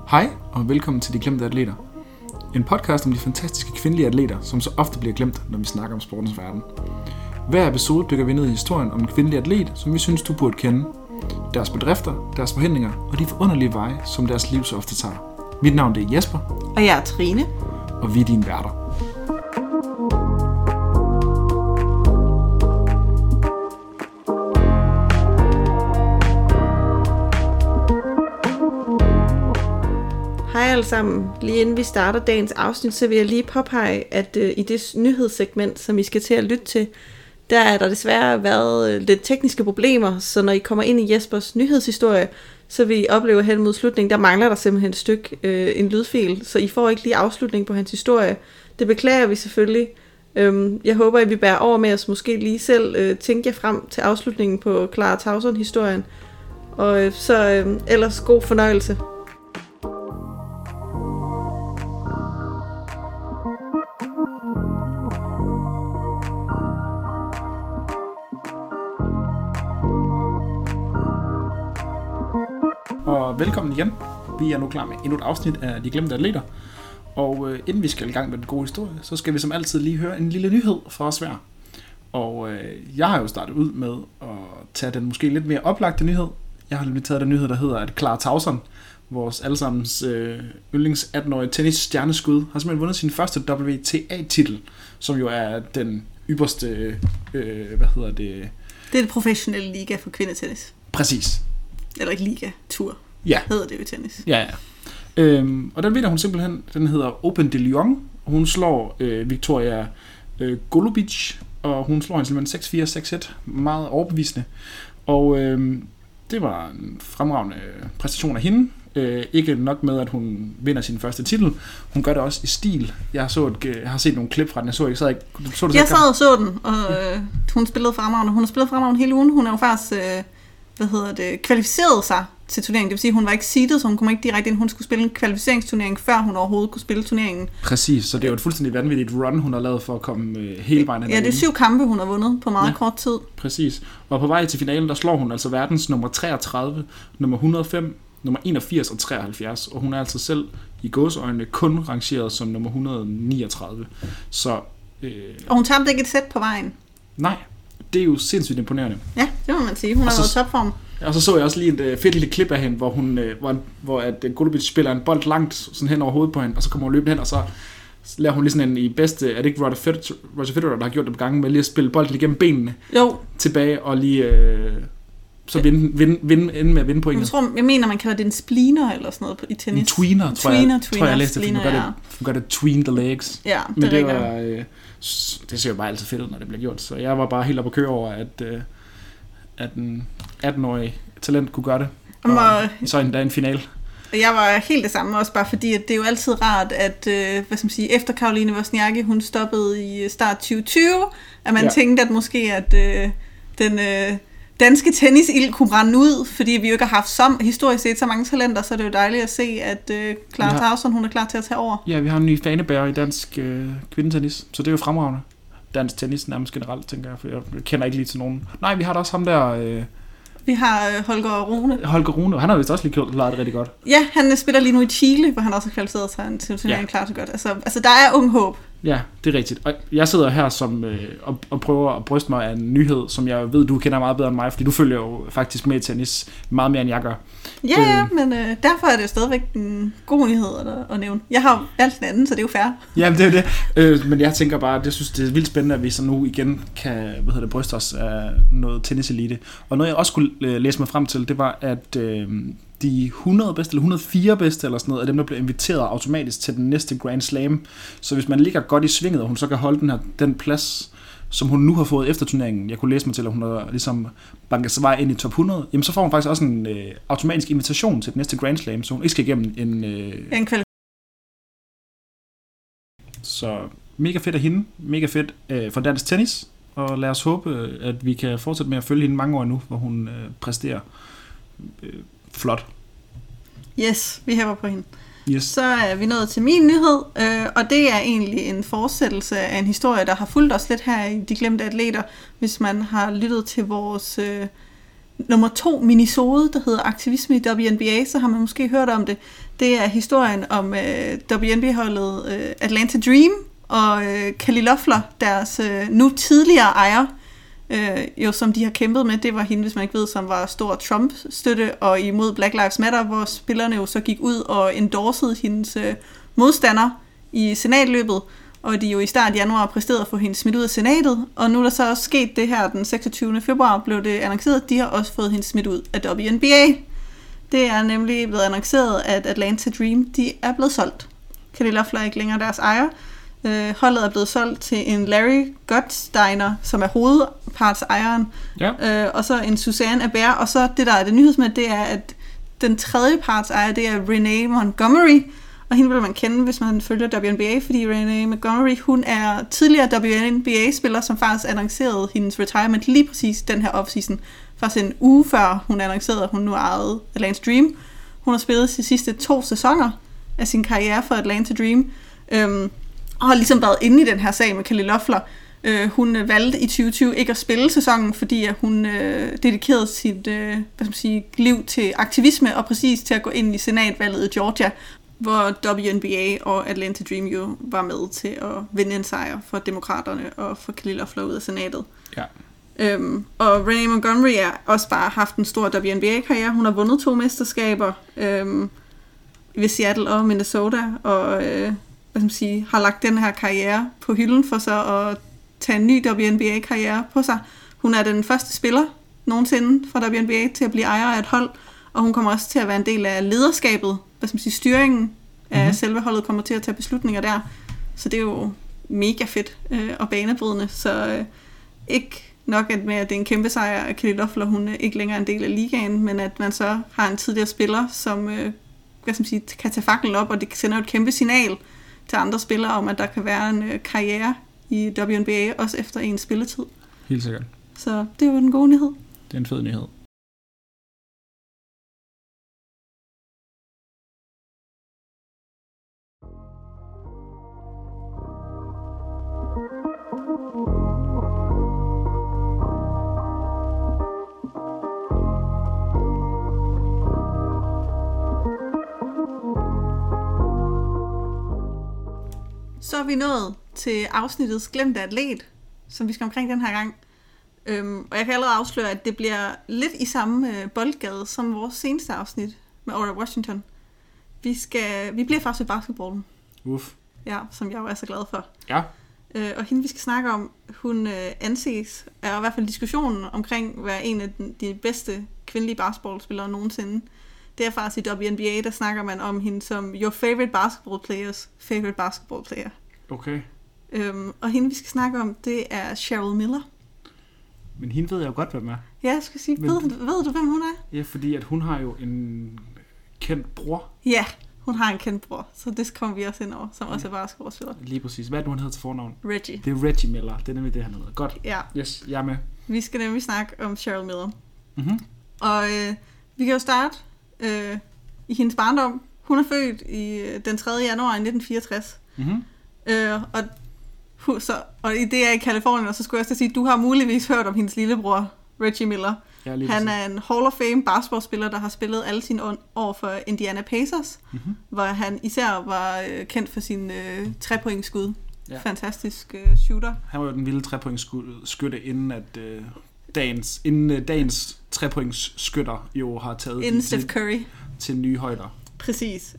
Hej og velkommen til De Glemte Atleter. En podcast om de fantastiske kvindelige atleter, som så ofte bliver glemt, når vi snakker om sportens verden. Hver episode dykker vi ned i historien om en kvindelig atlet, som vi synes, du burde kende. Deres bedrifter, deres forhindringer og de forunderlige veje, som deres liv så ofte tager. Mit navn er Jesper. Og jeg er Trine. Og vi er dine værter. Hej alle sammen. Lige inden vi starter dagens afsnit, så vil jeg lige påpege, at i det nyhedssegment, som I skal til at lytte til, der er der desværre været lidt tekniske problemer, så når I kommer ind i Jespers nyhedshistorie, så vil I opleve hen mod slutningen, der mangler der simpelthen et stykke, en lydfil, så I får ikke lige afslutning på hans historie. Det beklager vi selvfølgelig. Jeg håber, at vi bærer over med os måske lige selv tænke jer frem til afslutningen på Clara Tauson-historien. Og så ellers god fornøjelse. Og velkommen igen. Vi er nu klar med endnu et afsnit af De Glemte Atleter. Og inden vi skal i gang med den gode historie, så skal vi som altid lige høre en lille nyhed fra os hver. Og jeg har jo startet ud med at tage den måske lidt mere oplagte nyhed. Jeg har nemlig taget den nyhed, der hedder, at Clara Tauson, vores allesammens yndlings 18-årige tennisstjerneskud, har simpelthen vundet sin første WTA-titel, som jo er den ypperste, Det er det professionelle liga for kvindetennis. Præcis. Eller ikke liga, tur, ja. Hedder det jo i tennis. Ja. Og den vinder hun simpelthen, den hedder Open de Lyon. Hun slår Victoria Golubic, og hun slår hende simpelthen 6-4, 6-1, meget overbevisende. Og det var en fremragende præstation af hende. Ikke nok med, at hun vinder sin første titel. Hun gør det også i stil. Jeg har set nogle klip fra den. Jeg sad og så den, og hun spillede fremragende. Hun har spillet fremragende hele ugen. Hun er jo faktisk kvalificeret sig til turneringen. Det vil sige, at hun var ikke seedet, så hun kom ikke direkte ind. Hun skulle spille en kvalificeringsturnering, før hun overhovedet kunne spille turneringen. Præcis, så det er jo et fuldstændig vanvittigt run, hun har lavet for at komme hele vejen af. Ja, det er 7 kampe, hun har vundet på meget kort tid. Præcis. Og på vej til finalen, der slår hun altså verdens nummer 33, nummer 105, nummer 81 og 73. Og hun er altså selv i gåseøjne kun rangeret som nummer 139. Så, og hun tabte ikke et sæt på vejen. Nej, det er jo sindssygt imponerende. Ja, det må man sige. Hun har været i topform. Og så jeg også lige et fedt lille klip af hende, hvor at Golubic spiller en bold langt sådan hen over hovedet på hende, og så kommer hun løbende hen, og så laver hun lige sådan en i bedste, er det ikke Roger Federer, der har gjort det på gangen, med lige at spille bolden igennem benene tilbage, og lige så ende med at vinde pointet. Jeg mener, man kalder det en spleener eller sådan noget i tennis. En tweener, tror jeg læste det, for gør det tween the legs. Ja, men det var, det ser jo bare altid fedt ud, når det bliver gjort, så jeg var bare helt oppe at køre over, at en 18-årig talent kunne gøre det, og så endda en finale. Jeg var helt det samme, også bare fordi, at det er jo altid rart, at efter Caroline Wozniacki, hun stoppede i start 2020, at man tænkte, at måske at den danske tennisild kunne brænde ud, fordi vi jo ikke har haft historisk set så mange talenter, så er det jo dejligt at se, at Clara Tauson, hun er klar til at tage over. Ja, vi har en ny fanebærer i dansk kvindetennis, så det er jo fremragende. Dansk tennis nærmest generelt, tænker jeg, for jeg kender ikke lige til nogen. Nej, vi har da også ham der. Vi har Holger Rune. Holger Rune, og han har vist også lige klaret det rigtig godt. Ja, han spiller lige nu i Chile, hvor han også har kvalificeret sig til turneringen klar så godt. Altså, der er ung håb. Ja, det er rigtigt. Og jeg sidder her og prøver at bryste mig af en nyhed, som jeg ved, du kender meget bedre end mig, fordi du følger jo faktisk med i tennis meget mere, end jeg gør. Ja, men derfor er det jo stadigvæk en god nyhed at nævne. Jeg har jo valgt den anden, så det er jo fair. Ja, det er det. Men jeg tænker bare, at jeg synes, det er vildt spændende, at vi så nu igen kan bryste os af noget tenniselite. Og noget, jeg også skulle læse mig frem til, det var, at de 100 bedste eller 104 bedste eller sådan noget, af dem, der bliver inviteret automatisk til den næste Grand Slam. Så hvis man ligger godt i svinget, og hun så kan holde den plads, som hun nu har fået efter turneringen, jeg kunne læse mig til, at hun har ligesom banket sig vej ind i top 100, jamen så får hun faktisk også en automatisk invitation til den næste Grand Slam, så hun ikke skal igennem en Så mega fedt af hende, mega fedt for dansk tennis, og lad os håbe, at vi kan fortsætte med at følge hende mange år nu, hvor hun præsterer flot. Yes, vi hæver på hende. Yes. Så er vi nået til min nyhed, og det er egentlig en fortsættelse af en historie, der har fulgt os lidt her i De Glemte Atleter, hvis man har lyttet til vores nummer 2 minisode, der hedder Aktivisme i WNBA, så har man måske hørt om det. Det er historien om WNBA-holdet Atlanta Dream og Kelly Loeffler, deres nu tidligere ejer, jo som de har kæmpet med. Det var hende, hvis man ikke ved, som var stor Trump-støtte og imod Black Lives Matter, hvor spillerne jo så gik ud og endorsede hendes modstander i senatløbet, og de jo i start januar præsterede at få hende smidt ud af senatet, og nu er der så også sket det her den 26. februar, blev det annonceret, at de har også fået hende smidt ud af WNBA. Det er nemlig blevet annonceret, at Atlanta Dream, de er blevet solgt. Kelly Loeffler er ikke længere deres ejer. Holdet er blevet solgt til en Larry Gottsteiner, som er hovedpartsejeren, og så en Suzanne Aber, og så det, der er det nyhedsmed, det er, at den tredje partsejer, det er Renee Montgomery, og hende vil man kende, hvis man følger WNBA, fordi Renee Montgomery, hun er tidligere WNBA-spiller, som faktisk annoncerede hendes retirement lige præcis den her offseason. Faktisk en uge før hun annoncerede, at hun nu ejede Atlanta Dream. Hun har spillet de sidste 2 sæsoner af sin karriere for Atlanta Dream, og har ligesom været inde i den her sag med Kelly Loeffler. Hun valgte i 2020 ikke at spille sæsonen, fordi at hun dedikerede sit liv til aktivisme, og præcis til at gå ind i senatvalget i Georgia, hvor WNBA og Atlanta Dream jo var med til at vinde en sejr for demokraterne og for Kelly Loeffler ud af senatet. Ja. Og Renee Montgomery har også bare haft en stor WNBA-karriere. Hun har vundet 2 mesterskaber ved Seattle og Minnesota, og har lagt den her karriere på hylden for sig og tage en ny WNBA-karriere på sig. Hun er den første spiller nogensinde fra WNBA til at blive ejer af et hold, og hun kommer også til at være en del af lederskabet, styringen af selve holdet kommer til at tage beslutninger der. Så det er jo mega fedt og banebrydende, så ikke nok at med, at det er en kæmpe sejr, at Kelly Loeffler, hun er ikke længere en del af ligaen, men at man så har en tidligere spiller, som kan tage faklen op, og det sender et kæmpe signal til andre spillere om, at der kan være en karriere i WNBA, også efter en spilletid. Helt sikkert. Så det er jo en god nyhed. Det er en fed nyhed. Så er vi nået til afsnittets glemte atlet, som vi skal omkring den her gang. Og jeg kan allerede afsløre, at det bliver lidt i samme boldgade som vores seneste afsnit med Ora Washington. Vi bliver faktisk ved basketballen. Ja, som jeg jo er så glad for. Ja. Og hende vi skal snakke om, hun anses, er i hvert fald diskussionen omkring, hvad en af de bedste kvindelige basketballspillere nogensinde. Det er faktisk i WNBA, der snakker man om hende som your favorite basketball players favorite basketball player. Okay. Og hende vi skal snakke om, det er Cheryl Miller. Men hende ved jeg jo godt, hvem er. Ja, jeg skal sige, ved du, hvem hun er? Ja, fordi at hun har jo en kendt bror. Ja, hun har en kendt bror, så det kommer vi også ind over, som også er basketballspiller. Lige præcis. Hvad er det nu, han hedder til fornavn? Reggie. Det er Reggie Miller. Det er nemlig det, han hedder. Godt. Ja. Yes, jeg er med. Vi skal nemlig snakke om Cheryl Miller. Mm-hmm. Og vi kan jo starte i hendes barndom. Hun er født i den 3. januar 1964. Mm-hmm. Og i det er i Californien, og så skulle jeg også sige, at du har muligvis hørt om hendes lillebror, Reggie Miller. Ja, han er en Hall of Fame basketballspiller, der har spillet alle sine år for Indiana Pacers, hvor han især var kendt for sin 3-pointsskud. Ja. Fantastisk shooter. Han var jo den vilde 3-pointsskytte, inden at dagens 3-pointsskytter jo har taget inden Steph Curry til nye højder. Præcis.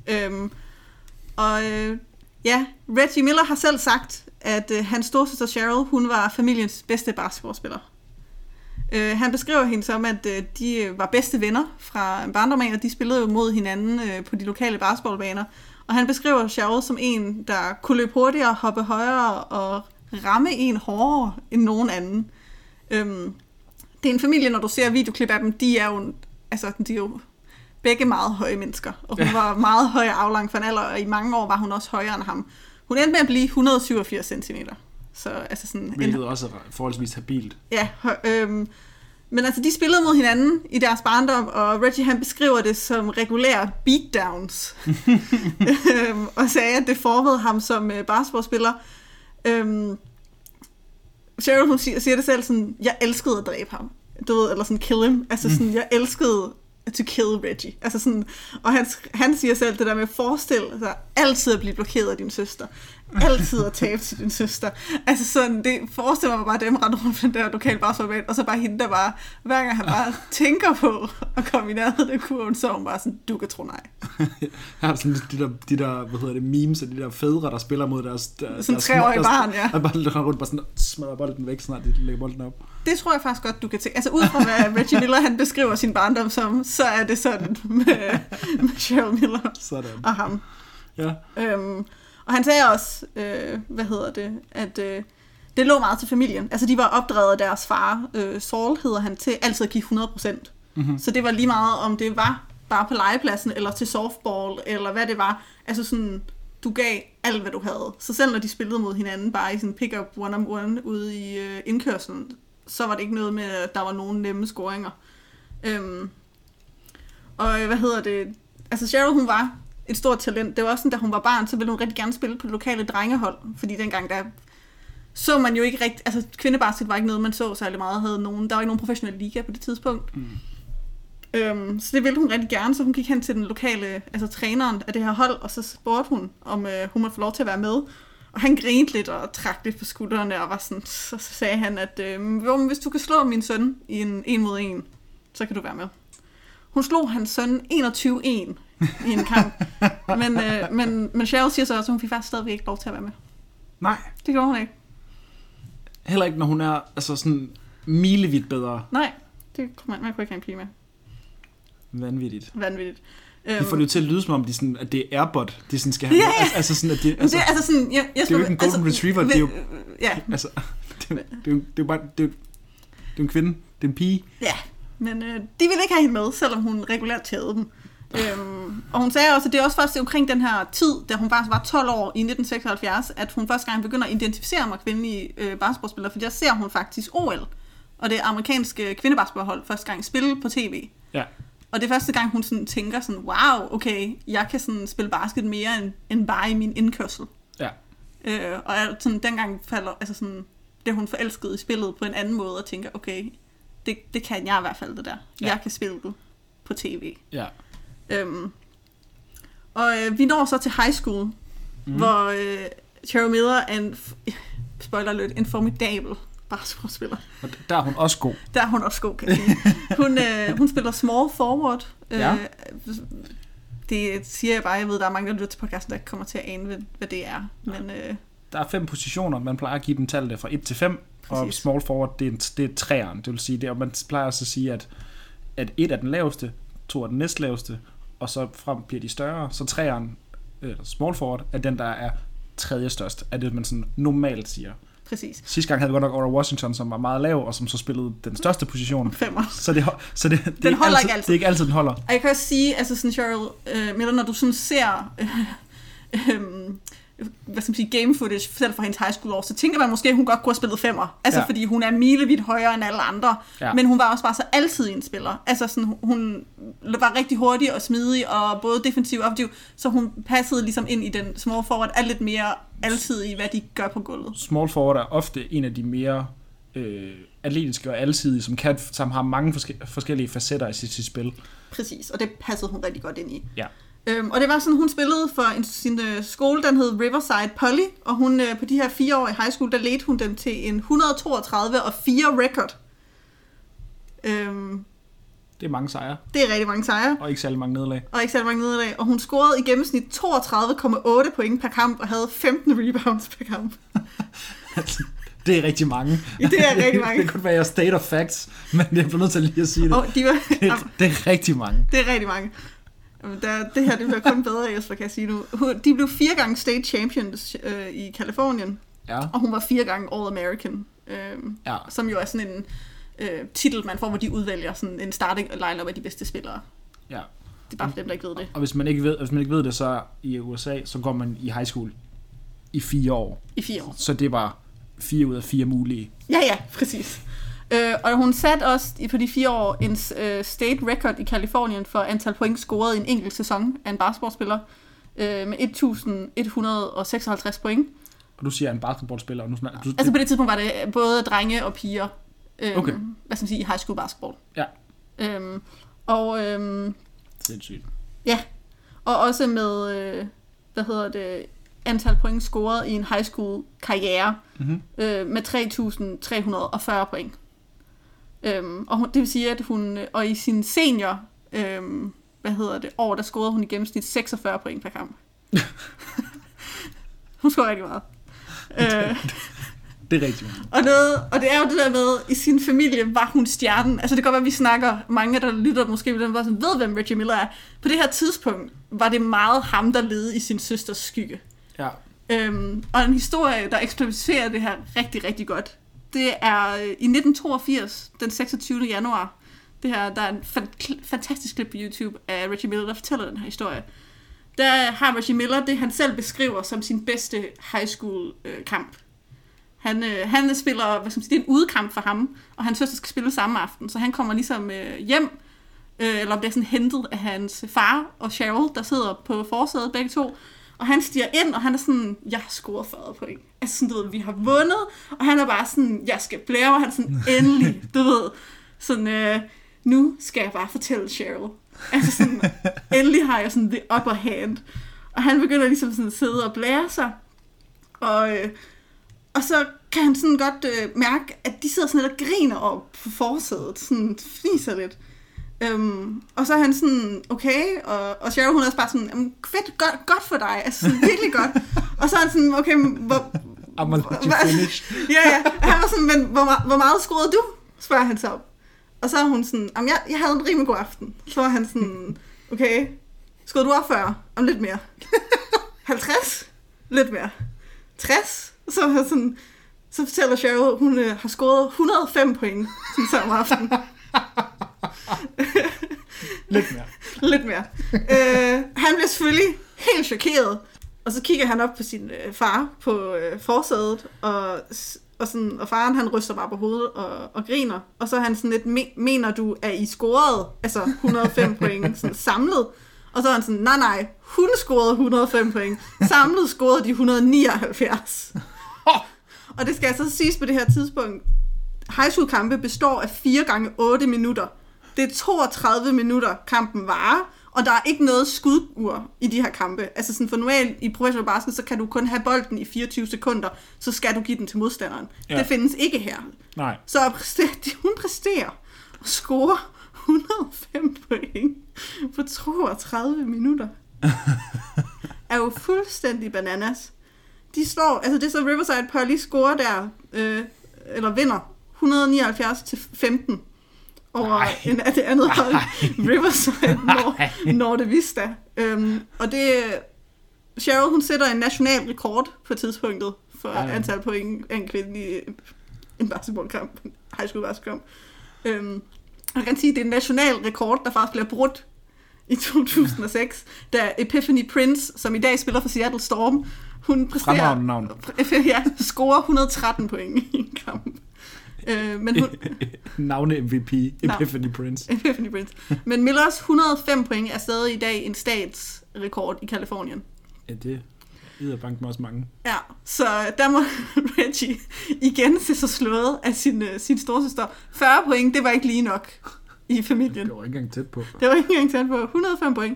Reggie Miller har selv sagt, at hans storesøster Cheryl, hun var familiens bedste basketballspiller. Han beskriver hende som, at de var bedste venner fra en barndom af, og de spillede jo mod hinanden på de lokale basketballbaner. Og han beskriver Cheryl som en, der kunne løbe hurtigere, hoppe højere og ramme en hårdere end nogen anden. Det er en familie, når du ser videoklip af dem, de er jo begge meget høje mennesker. Og hun var meget høj og aflang for en alder, og i mange år var hun også højere end ham. Hun endte med at blive 187 cm. Så, altså sådan hvilket også er forholdsvis habilt. Ja, men altså de spillede mod hinanden i deres barndom, og Reggie han beskriver det som regulære beatdowns. Og sagde, at det formede ham som basketballspiller. Cheryl hun siger det selv sådan, jeg elskede at dræbe ham. du ved, eller sådan kill him. Altså sådan, jeg elskede to kill Reggie. Altså sådan, og han siger selv det der med at forestille sig altid at blive blokeret af din søster. Altid at tabe til din søster. Altså sådan, det forestiller mig bare dem rende rundt på den der lokale basketballbane, og så bare hende, der bare, hver gang han bare tænker på at komme i nærheden af kurven, så er hun bare sådan, du kan tro nej. Jeg har sådan de der, hvad hedder det, memes af de der fædre, der spiller mod deres sådan 3-årige barn, ja. Og bare rundt, bare sådan smadrer bolden væk, snart de lægger bolden op. Det tror jeg faktisk godt, du kan tænke. Altså ud fra hvad Reggie Miller, han beskriver sin barndom som, så er det sådan med Cheryl Miller sådan. Og ham. Ja. Og han sagde også, at det lå meget til familien. Altså de var opdraget af deres far, Saul hedder han, til altid at give 100%. Mm-hmm. Så det var lige meget, om det var bare på legepladsen, eller til softball, eller hvad det var. Altså sådan, du gav alt, hvad du havde. Så selv når de spillede mod hinanden, bare i sådan pick-up one-on-one ude i indkørslen, så var det ikke noget med, at der var nogen nemme scoringer. Altså Cheryl, hun var et stort talent. Det var også sådan, da hun var barn, så ville hun rigtig gerne spille på det lokale drengehold, fordi dengang der så man jo ikke rigtig, altså kvindebasket var ikke noget, man så særlig meget, der var ikke nogen professionelle liga på det tidspunkt. Så det ville hun rigtig gerne, så hun gik hen til den lokale, altså træneren af det her hold, og så spurgte hun, om hun måtte få lov til at være med. Og han grinte lidt og trak lidt på skuldrene, og var sådan, så sagde han, at hvis du kan slå min søn i en 1-mod-1, så kan du være med. Hun slog hans søn 21-1 i en kamp. Men Cheryl siger så også, at hun fik faktisk stadigvæk ikke lov til at være med. Nej. Det gjorde hun ikke. Heller ikke, når hun er altså sådan milevidt bedre. Nej, det kunne man kunne ikke have en pige med. Vanvittigt. De får det jo til at lyde som om, at det er Airbot, de sådan skal have. Ja. Altså sådan, at det er jo ikke en golden retriever, det er jo... Ja. Altså, det er jo bare... Det er jo en kvinde, det er en pige. Ja, men de ville ikke have hende med, selvom hun regulært tævede dem. Og hun sagde også, at det er også først omkring den her tid, da hun faktisk var 12 år i 1976, at hun første gang begynder at identificere mig kvindelige basketballspillere, for der ser hun faktisk OL, og det amerikanske kvindebasketballhold første gang spille på tv. Ja. Og det er første gang, hun sådan tænker sådan, wow, okay, jeg kan sådan spille basket mere end bare i min indkørsel. Ja. Og sådan, dengang falder, altså sådan, det hun forelskede i spillet på en anden måde, og tænker, okay, det kan jeg i hvert fald det der. Ja. Jeg kan spille det på tv. Ja. Og vi når så til high school, hvor Cheryl Miller er spoiler alert, en formidabel basketballspiller. Og der er hun også god. Der er hun også god, kan jeg sige. Hun spiller small forward. Ja. Det siger jeg bare, jeg ved, der er mange, der lytter til podcasten, der kommer til at ane, hvad det er. Men, der er 5 positioner, man plejer at give dem tallet fra 1 til 5, og small forward, det er 3'eren. Det vil sige, det, og man plejer også at sige, at 1 er den laveste, 2 er den næstlaveste, og så frem bliver de større, så 3'eren, small forward, er den, der er tredje størst, er det, man sådan normalt siger. Præcis. Sidste gang havde vi godt nok Oral Washington, som var meget lav, og som så spillede den største position. 5'er. Så det den holder altid, ikke altid. Det er ikke altid, den holder. Og jeg kan også sige, altså sådan Cheryl Miller, når du sådan ser hvad skal man sige, game footage, selv fra hendes high school år, så tænker man måske, at hun godt kunne have spillet 5'er. Altså fordi hun er milevidt højere end alle andre. Ja. Men hun var også bare så altid en spiller. Altså sådan, hun var rigtig hurtig og smidig, og både defensiv og offensiv, så hun passede ligesom ind i den small forward, er lidt mere altid i, hvad de gør på gulvet. Small forward er ofte en af de mere atletiske og alsidige, som har mange forskellige facetter i sit spil. Præcis, og det passede hun rigtig godt ind i. Ja. Og det var sådan, hun spillede for sin skole, den hed Riverside Poly, og hun på de her 4 år i high school, der ledte hun dem til en 132-4 record. Det er mange sejre. Det er rigtig mange sejre. Og ikke særlig mange nederlag. Og hun scorede i gennemsnit 32,8 point per kamp, og havde 15 rebounds per kamp. Det er rigtig mange. Ja, det er rigtig mange. Det kunne være state of facts, men jeg bliver nødt til lige at sige det. Det er rigtig mange. Det er rigtig mange. Det her det bliver kun bedre, Jesper, kan jeg sige nu. De blev 4 gange state champions i Californien, og hun var 4 gange All-American, som jo er sådan en titel, man får, hvor de udvælger sådan en starting lineup af de bedste spillere. Ja. Det er bare for dem, der ikke ved det. Og hvis man ikke ved det, så i USA, så går man i high school i 4 år. I 4 år. Så det var 4 ud af 4 mulige. Ja, præcis. Og hun satte også på de 4 år en state record i Californien for antal point scoret i en enkelt sæson af en basketballspiller med 1156 point. Og du siger en basketballspiller. Altså på det tidspunkt var det både drenge og piger. Okay. Hvad skal man sige, i high school basketball. Ja. Sindssygt. Ja, og også med, antal point scoret i en high school karriere, med 3.340 point. Og det vil sige, at hun, og i sin senior, år, der scorede hun i gennemsnit 46 point per kamp. Hun scorede rigtig meget. Det er rigtigt. Og det er jo det der med, i sin familie var hun stjernen. Altså det kan godt være, at vi snakker, mange der lytter måske ved hvem Reggie Miller er. På det her tidspunkt var det meget ham, der levede i sin søsters skygge. Ja. Og en historie, der eksemplificerer det her rigtig, rigtig godt, det er i 1982, den 26. januar. Det her, der er en fantastisk klip på YouTube af Reggie Miller, der fortæller den her historie. Der har Reggie Miller det, han selv beskriver som sin bedste high school kamp. Han spiller, det er en udekamp for ham, og hans søster skal spille samme aften, så han kommer ligesom hjem, eller bliver sådan hentet af hans far og Cheryl, der sidder på forsædet begge to, og han stiger ind, og han er sådan, jeg har scoret 40 point. Altså sådan, du ved, vi har vundet, og han er bare sådan, jeg skal blære mig, han er sådan, endelig, du ved, sådan, nu skal jeg bare fortælle Cheryl. Altså sådan, endelig har jeg sådan the upper hand. Og han begynder ligesom sådan at sidde og blære sig, og så kan han sådan godt mærke, at de sidder sådan lidt og griner op på forsædet, sådan fniser lidt. Og så er han sådan, okay, og Cheryl, hun er bare sådan, fedt, godt for dig, altså sådan, virkelig godt. Og så er han sådan, okay, ja, han var sådan, men hvor meget scorede du? Spørger han så op. Og så er hun sådan, jeg havde en rimelig god aften. Så var han sådan, okay, scorede du op 40? Om lidt mere. 50? Lidt mere. 60? Så var sådan, så fortæller Cheryl, hun har scoret 105 point sådan samme aften. Lidt mere. Han bliver selvfølgelig helt chokeret, og så kigger han op på sin far på forsædet, og faren han ryster bare på hovedet og griner, og så er han sådan lidt, mener du, at I scorede altså 105 point sådan samlet? Og så er han sådan, nej, hun scorede 105 point, samlet scorede de 179. Og det skal altså siges på det her tidspunkt, high school kampe består af 4 gange 8 minutter. Det er 32 minutter, kampen varer, og der er ikke noget skudur i de her kampe. Altså sådan for normalt i professional basket, så kan du kun have bolden i 24 sekunder, så skal du give den til modstanderen. Ja. Det findes ikke her. Nej. Så hun præsterer og scorer 105 point på 32 minutter. Er jo fuldstændig bananas. De slår, altså det er så Riverside Poly scorer der, eller vinder 179-15 over det andet hold, Riverside Norte Vista. Og det, Cheryl, hun sætter en national rekord på tidspunktet for antal point af en kvinde i en basketballkamp, high school basketballkamp. Jeg kan sige, at det er en national rekord, der faktisk bliver brudt i 2006, da Epiphany Prince, som i dag spiller for Seattle Storm, hun præsterer, scorer 113 point i en kamp. Men hun, navne MVP, Epiphany Prince. Epiphany Prince. Men Millers 105 point er stadig i dag en statsrekord i Kalifornien. Ja, det er banken også mange. Ja, så der må Reggie igen se sig slået af sin storesøster. 40 point, det var ikke lige nok i familien. Det var ikke engang tæt på. 105 point.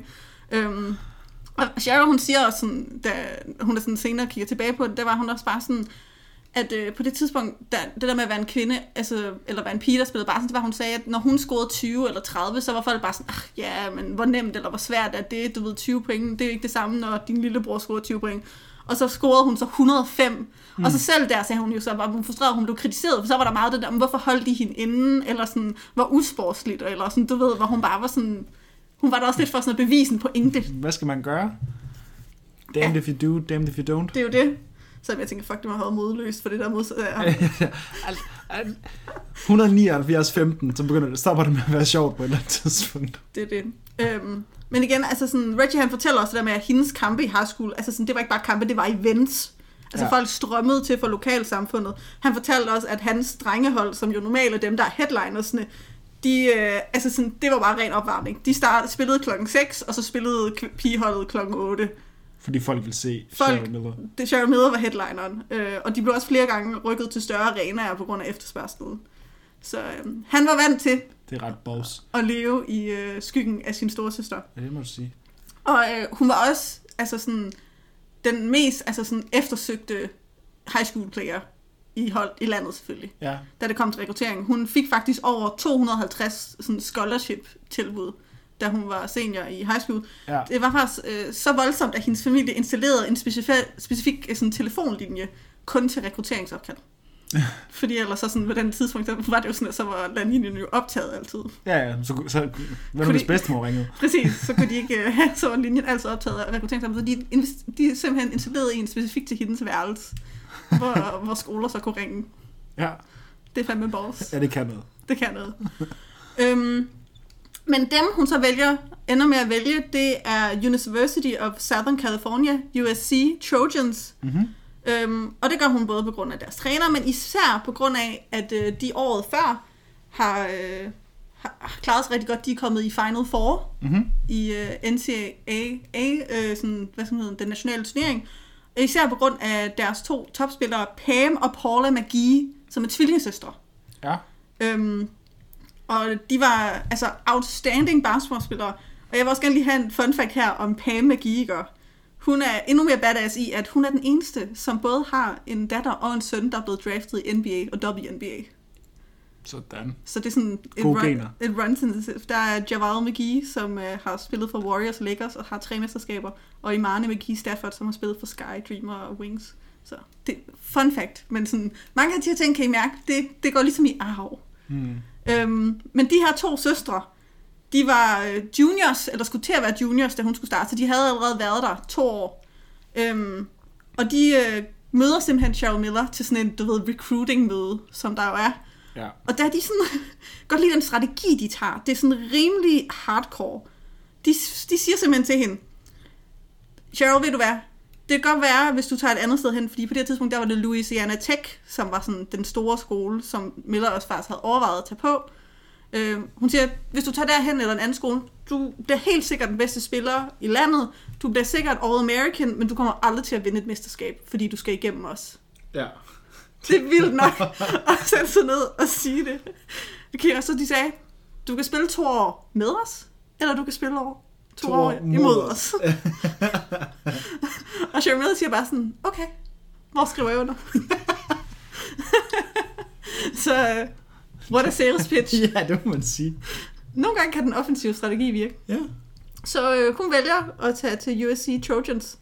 Og Cheryl, hun siger også sådan, da hun er sådan senere kigger tilbage på det, der var hun også bare sådan, at på det tidspunkt, det der med at være en kvinde, altså, eller være en pige, der spillede barsel, det var, hun sagde, at når hun scorede 20 eller 30, så var folk bare sådan, men hvor nemt eller hvor svært er det, du ved, 20 point, det er jo ikke det samme, når din lillebror scorede 20 point. Og så scorede hun så 105, og så selv der sagde hun jo så, var hun frustreret, hun blev kritiseret, for så var der meget det der, hvorfor holdt de hende inden, eller sådan, var usportsligt, eller sådan, du ved, hvor hun bare var sådan, hun var der også lidt for sådan at bevise en pointe. Hvad skal man gøre? Damned if you do, damned if you don't. Det er jo det. Så jeg tænker, fuck, det må have været modløst for det der mod. 179-15, så stopper det med at være sjovt på et eller andet tidspunkt. Det er det. Men igen, altså sådan, Reggie han fortæller også det der med, at hendes kampe i high school, altså sådan, det var ikke bare kampe, det var events. Altså folk strømmede til for lokalsamfundet. Han fortalte også, at hans drengehold, som jo normalt er dem, der er headlinersne, altså sådan, det var bare ren opvarmning. De spillede klokken 6, og så spillede pigeholdet klokken 8. Fordi folk ville se Cheryl Miller. Cheryl Miller var headlineren. Og de blev også flere gange rykket til større arenaer på grund af efterspørgselen. Så han var vant til Det er ret boss. at leve i skyggen af sin storesøster. Ja, det må du sige. Og hun var også altså sådan, den mest altså sådan, eftersøgte high school player i landet selvfølgelig, da det kom til rekruttering. Hun fik faktisk over 250 sådan, scholarship-tilbud, da hun var senior i high school. Ja. Det var faktisk så voldsomt, at hendes familie installerede en specifik sådan, telefonlinje kun til rekrutteringsopkald. Fordi ellers så sådan, på den tidspunkt, så var det jo sådan, at så var landlinjen jo optaget altid. Ja, så hvad nu hvis bedstemor ringede? Præcis, så kunne de ikke så var linjen altid optaget af rekrutteringsopkald. Så de simpelthen installerede en specifik til hendes værelse, hvor skoler så kunne ringe. Ja. Det er fandme balls. Ja, det kan noget. Det kan noget. Men dem, hun så ender med at vælge, det er University of Southern California, USC Trojans. Mm-hmm. Og det gør hun både på grund af deres træner, men især på grund af, at de året før har klaret sig rigtig godt. De er kommet i Final Four i NCAA, sådan, hvad skal man hedde, den nationale turnering. Især på grund af deres 2 topspillere, Pam og Paula McGee, som er tvillingesøstre. Ja. Og de var altså outstanding basketballspillere. Og jeg vil også gerne lige have en fun fact her om Pam McGee. Hun er endnu mere badass i, at hun er den eneste, som både har en datter og en søn, der er blevet draftet i NBA og WNBA. Sådan. Så det er sådan et run. Der er Javal McGee, som har spillet for Warriors og Lakers og har 3 mesterskaber. Og Imani McGee Stafford, som har spillet for Sky, Dreamer og Wings. Så det er fun fact. Men sådan, mange af de her ting kan I mærke, det går ligesom i arv. Men de her 2 søstre, de var juniors, eller skulle til at være juniors, da hun skulle starte, så de havde allerede været der 2 år. Og de møder simpelthen Cheryl Miller til sådan en, recruiting-møde, som der jo er. Ja. Og der er de sådan, godt lide den strategi, de tager. Det er sådan rimelig hardcore. De siger simpelthen til hende, Cheryl, ved du hvad? Det kan godt være, hvis du tager et andet sted hen, fordi på det her tidspunkt, der var det Louisiana Tech, som var sådan den store skole, som Miller også faktisk havde overvejet at tage på. Hun siger, hvis du tager derhen eller en anden skole, du bliver helt sikkert den bedste spiller i landet, du bliver sikkert All-American, men du kommer aldrig til at vinde et mesterskab, fordi du skal igennem os. Ja. Det er vildt nok at sætte sig ned og sige det. Okay, og så de sagde, du kan spille 2 år med os, eller du kan spille 2 år imod os. Og Cheryl Miller siger bare sådan, okay, hvor skriver jeg under? Så what a sales pitch. Ja, det må man sige. Nogle gange kan den offensive strategi virke. Ja. Så hun vælger at tage til USC Trojans.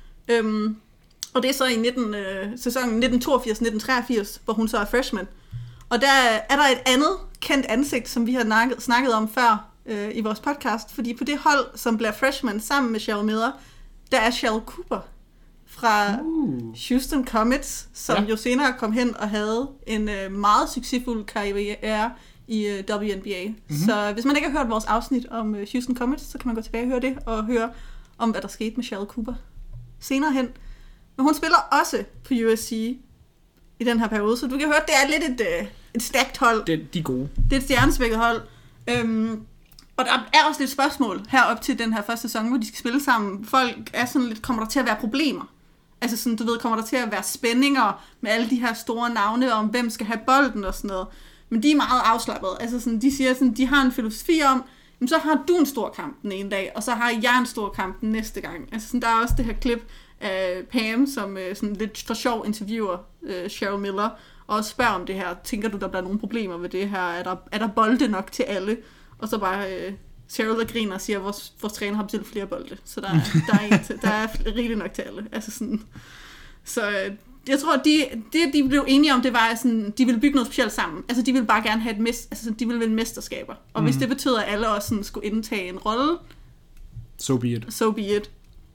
Og det er så i sæsonen 1982-1983, hvor hun så er freshman. Og der er der et andet kendt ansigt, som vi har snakket om før i vores podcast. Fordi på det hold, som bliver freshman sammen med Cheryl Miller, der er Shell Cooper fra Houston Comets, som jo senere kom hen og havde en meget succesfuld karriere i WNBA. Så hvis man ikke har hørt vores afsnit om Houston Comets, så kan man gå tilbage og høre det, og høre om, hvad der skete med Shell Cooper senere hen. Men hun spiller også på USC i den her periode, så du kan høre, at det er lidt et stærkt hold. De er gode. Det er et stjernespækket hold. Og der er også lidt spørgsmål herop til den her første sæson, hvor de skal spille sammen. Folk er sådan lidt, kommer der til at være problemer? Altså sådan, du ved, kommer der til at være spændinger med alle de her store navne om, hvem skal have bolden og sådan noget. Men de er meget afslappet. Altså sådan, de siger sådan, de har en filosofi om, jamen, så har du en stor kamp den ene dag, og så har jeg en stor kamp den næste gang. Altså sådan, der er også det her klip af Pam, som sådan lidt for sjov interviewer Cheryl Miller, og spørger om det her. Tænker du, der bliver nogle problemer ved det her? Er der bolde nok til alle? Og så bare Cheryl der griner og siger, at vores træner har bestilt flere bolde. Så der er rigeligt nok til alle. Altså sådan, så jeg tror, at de blev enige om, det var sådan, de ville bygge noget specielt sammen. Altså de ville bare gerne have de ville vinde mesterskaber. Og hvis det betyder, at alle også sådan skulle indtage en rolle, so be it. So be it.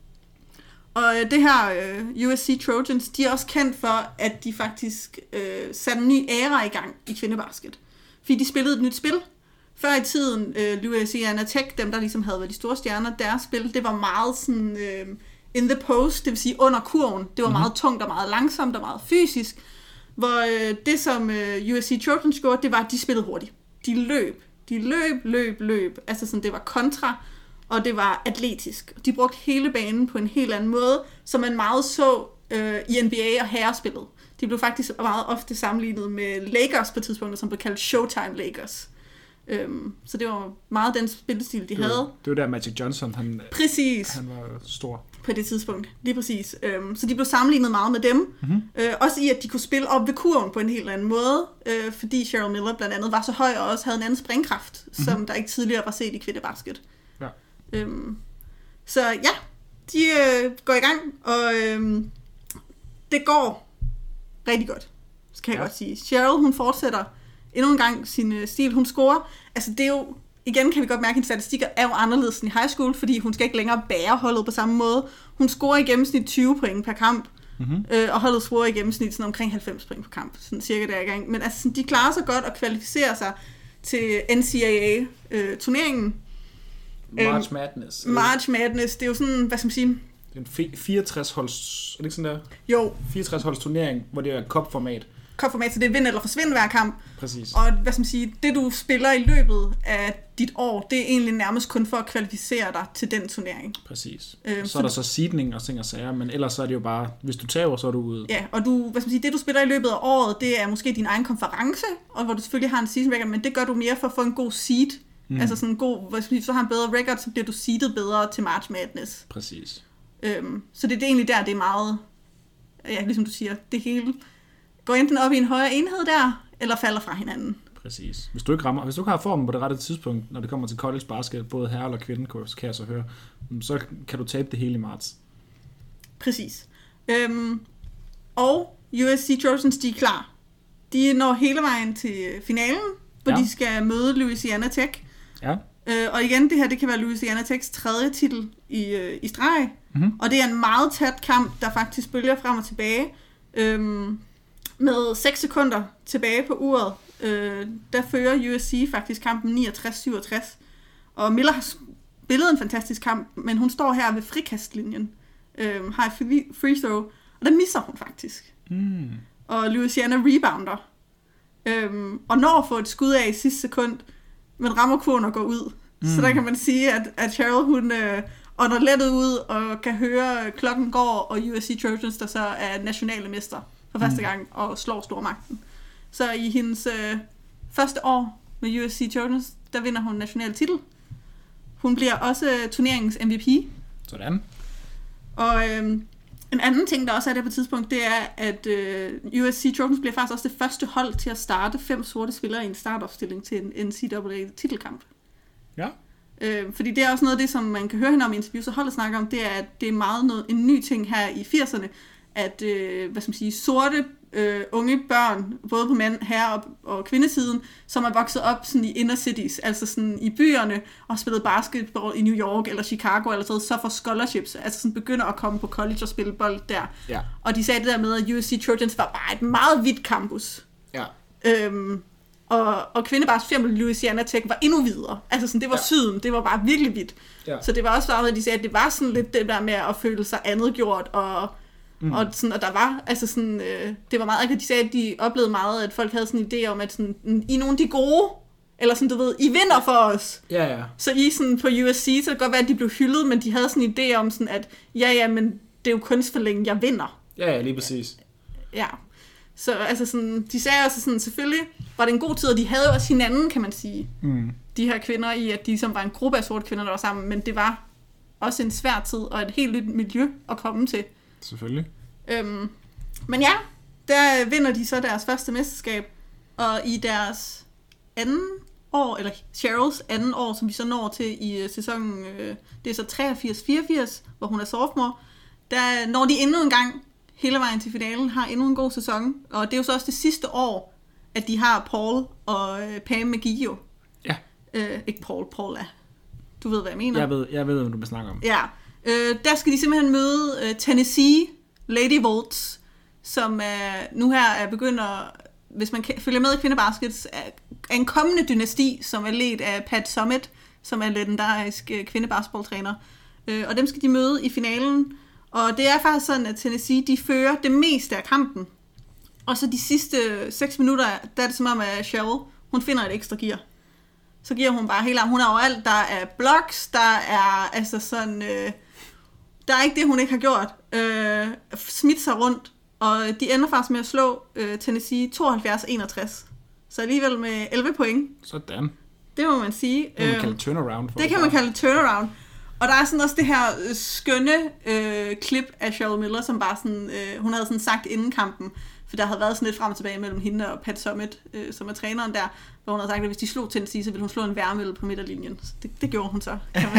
Og det her USC Trojans, de er også kendt for, at de faktisk satte en ny æra i gang i kvindebasket. Fordi de spillede et nyt spil. Før i tiden, Louisiana Tech, dem der ligesom havde været de store stjerner, deres spil, det var meget sådan in the post, det vil sige under kurven. Det var meget tungt og meget langsomt og meget fysisk. Hvor det som USC Trojans gjorde, det var, at de spillede hurtigt. De løb. Altså sådan, det var kontra, og det var atletisk. De brugte hele banen på en helt anden måde, som man meget så i NBA og herrespillet. De blev faktisk meget ofte sammenlignet med Lakers på tidspunktet, som blev kaldt Showtime Lakers. Så det var meget den spillestil, de havde. Det var der Magic Johnson, han var stor. På det tidspunkt, lige præcis. Så de blev sammenlignet meget med dem. Mm-hmm. Også i, at de kunne spille op ved kurven på en helt anden måde, fordi Cheryl Miller blandt andet var så høj og også havde en anden springkraft, som der ikke tidligere var set i kvindebasket. Ja. Så ja, de går i gang, og det går rigtig godt, kan jeg godt sige. Cheryl, hun fortsætter endnu en gang sin stil. Hun scorer. Altså det er jo, igen kan vi godt mærke, at hendes statistikker er jo anderledes end i high school, fordi hun skal ikke længere bære holdet på samme måde. Hun scorer i gennemsnit 20 point per kamp, og holdet scorer i gennemsnit sådan omkring 90 point per kamp, sådan cirka der i gang. Men altså, de klarer sig godt og kvalificerer sig til NCAA-turneringen. March Madness. March Madness, det er jo sådan, hvad skal man sige? En 64-holds, er det ikke sådan der? Jo. 64-holds turnering, hvor det er cup-format. Cup-format, så det er vind eller forsvind hver kamp. Præcis. Og hvad skal man sige, det du spiller i løbet af dit år, det er egentlig nærmest kun for at kvalificere dig til den turnering. Præcis. Så er der så seedning og ting og sager, men ellers så er det jo bare, hvis du taber, så er du ude. Ja, og du, hvad skal man sige, det du spiller i løbet af året, det er måske din egen konference, og hvor du selvfølgelig har en season record, men det gør du mere for at få en god seed. Altså sådan en god, hvad skal man sige, så har en bedre record, så bliver du seedet bedre til March Madness. Præcis. Så det er egentlig der, det er meget, ja, ligesom du siger, det hele går enten op i en højere enhed der, eller falder fra hinanden. Præcis. Hvis du ikke har formen på det rette tidspunkt, når det kommer til college basket, både herre eller kvinde, kan jeg så høre, så kan du tabe det hele i marts. Præcis. Og USC Trojans, de er klar. De når hele vejen til finalen, hvor de skal møde Louisiana Tech. Ja. Og igen, det her, det kan være Louisiana Techs 3. titel i streg. Mm-hmm. Og det er en meget tæt kamp, der faktisk bølger frem og tilbage. Med 6 sekunder tilbage på uret, der fører USC faktisk kampen 69-67. Og Miller har spillet en fantastisk kamp, men hun står her ved frikastlinjen, har et free throw, og der misser hun faktisk. Og Louisiana rebounder, og når at få et skud af i sidste sekund, men rammer kurven og går ud. Så der kan man sige, at Cheryl, hun ånder lettet ud og kan høre, klokken går, og USC Trojans, der så er nationale mester for første gang, og slår stormagten. Så i hendes første år med USC Trojans, der vinder hun national titel. Hun bliver også turneringens MVP. Sådan. Og en anden ting, der også er der på tidspunkt, det er, at USC Trojans bliver faktisk også det første hold til at starte 5 sorte spillere i en startopstilling til en NCAA-titelkamp. Ja. Fordi det er også noget af det, som man kan høre hende om i interviews, og holdet snakker om, det er, at det er meget en ny ting her i 80'erne, at hvad skal man sige, sorte unge børn, både på herre- og kvindesiden, som er vokset op sådan i inner cities, altså sådan i byerne, og har spillet basketball i New York eller Chicago, eller så får scholarships, altså sådan begynder at komme på college og spille bold der. Ja. Og de sagde det der med, at USC Trojans var bare et meget hvidt campus. Ja. Og kvindebasket, Louisiana Tech, var endnu videre. Altså sådan, det var syden, det var bare virkelig hvidt. Ja. Så det var også bare, at de sagde, at det var sådan lidt det der med at føle sig andetgjort, og sådan, og der var, altså sådan, det var meget, at de sagde, at de oplevede meget, at folk havde sådan en idé om, at sådan, I er nogle af de gode, eller sådan, du ved, I vinder for os. Ja, ja. Så I sådan på USC, så det kan godt være, at de blev hyldet, men de havde sådan en idé om sådan, at ja, men det er jo kun for længe, jeg vinder. Ja, lige præcis. Ja. Så altså sådan, de sagde også sådan, selvfølgelig var det en god tid, og de havde jo også hinanden, kan man sige. De her kvinder i, at de som var en gruppe af sorte kvinder, der var sammen, men det var også en svær tid, og et helt nyt miljø at komme til. Selvfølgelig. Men ja, der vinder de så deres første mesterskab, og i deres anden år, eller Cheryls anden år, som vi så når til i sæsonen, det er så 83-84, hvor hun er sophomore, der når de endnu en gang hele vejen til finalen, har endnu en god sæson, og det er jo så også det sidste år, at de har Paul og Pam McGee. Ja. Ikke Paul er. Du ved, hvad jeg mener. Jeg ved, hvad du vil snakke om. Ja. Der skal de simpelthen møde Tennessee Lady Volts, som nu her er begyndt, hvis man følger med i kvindebasket, er en kommende dynasti, som er ledt af Pat Summitt, som er legendarisk kvindebasketballtræner. Og dem skal de møde i finalen. Og det er faktisk sådan, at Tennessee, de fører det meste af kampen. Og så de sidste 6 minutter, der er det som om, at Cheryl, hun finder et ekstra gear. Så giver hun bare hele arm. Hun har jo alt. Der er blocks, der er altså sådan... der er ikke det, hun ikke har gjort. Smidt sig rundt. Og de ender faktisk med at slå Tennessee 72-61. Så alligevel med 11 point. Sådan. Det må man sige. Det kan man kalde turnaround. Det kan man kalde turnaround. Og der er sådan også det her skønne klip af Cheryl Miller, som bare sådan, hun havde sådan sagt inden kampen, for der havde været sådan lidt frem og tilbage mellem hende og Pat Summitt, som er træneren der, hvor hun havde sagt, at hvis de slog Tennessee, så ville hun slå en værmel på midterlinjen. Så det gjorde hun så.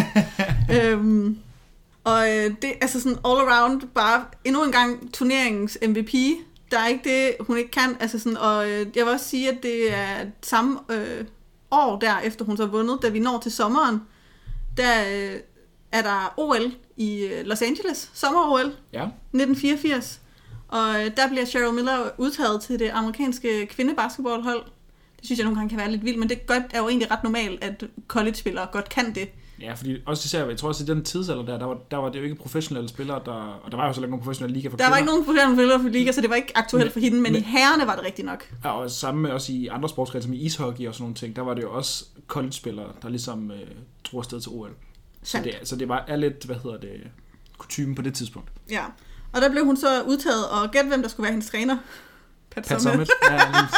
Og det altså sådan all around, bare endnu en gang turneringens MVP. Der er ikke det, hun ikke kan. Altså sådan, og jeg vil også sige, at det er samme år der, efter hun så har vundet, da vi når til sommeren, der er der OL i Los Angeles, sommer-OL, ja. 1984. Og der bliver Cheryl Miller udtaget til det amerikanske kvindebasketballhold. Det synes jeg nogle gange kan være lidt vildt, men det er jo egentlig ret normalt, at college-spillere godt kan det. Ja, fordi også især, jeg tror også, at i den tidsalder der var det jo ikke professionelle spillere, og der var jo så ikke nogen professionelle liga for kvinder. Der var ikke nogen professionelle spillere for liga, så det var ikke aktuelt for hende, men i herrerne var det rigtigt nok. Ja, og samme med også i andre sportsgrene, som i ishockey og sådan nogle ting, der var det jo også college-spillere, der ligesom drog afsted til OL. Så det var lidt, kutymen på det tidspunkt. Ja, og der blev hun så udtaget, og gæt hvem der skulle være hendes træner. Pat Summitt. Ja,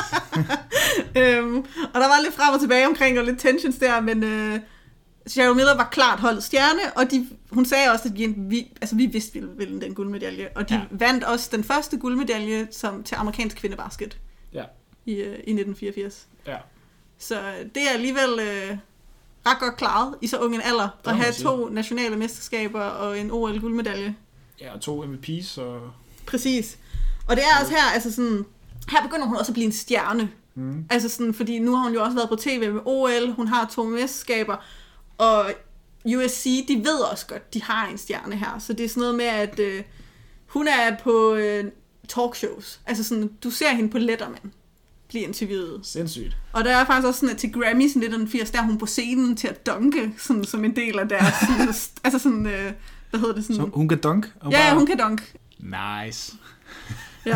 og der var lidt frem og tilbage omkring, og lidt tensions der, men Cheryl Miller var klart holdt stjerne, og hun sagde også, at vi vidste, vi ville den guldmedalje, og de vandt også den første guldmedalje til amerikansk kvindebasket i 1984. Ja. Så det er alligevel ret godt klaret i så ung en alder, at have 2 nationale mesterskaber og en OL-guldmedalje. Ja, og 2 MVP's. Og... Præcis. Og det er også her, altså sådan, her begynder hun også at blive en stjerne. Altså sådan, fordi nu har hun jo også været på tv med OL, hun har 2 mesterskaber, og USC, de ved også godt, de har en stjerne her. Så det er sådan noget med, at hun er på talkshows. Altså sådan, du ser hende på Letterman blive interviewet. Sindssygt. Og der er faktisk også sådan, at til Grammys i 1980, der er hun på scenen til at dunke, sådan, som en del af deres, altså sådan, hvad hedder det sådan? Så hun kan dunk? Ja, hun kan dunk. Nice. Ja.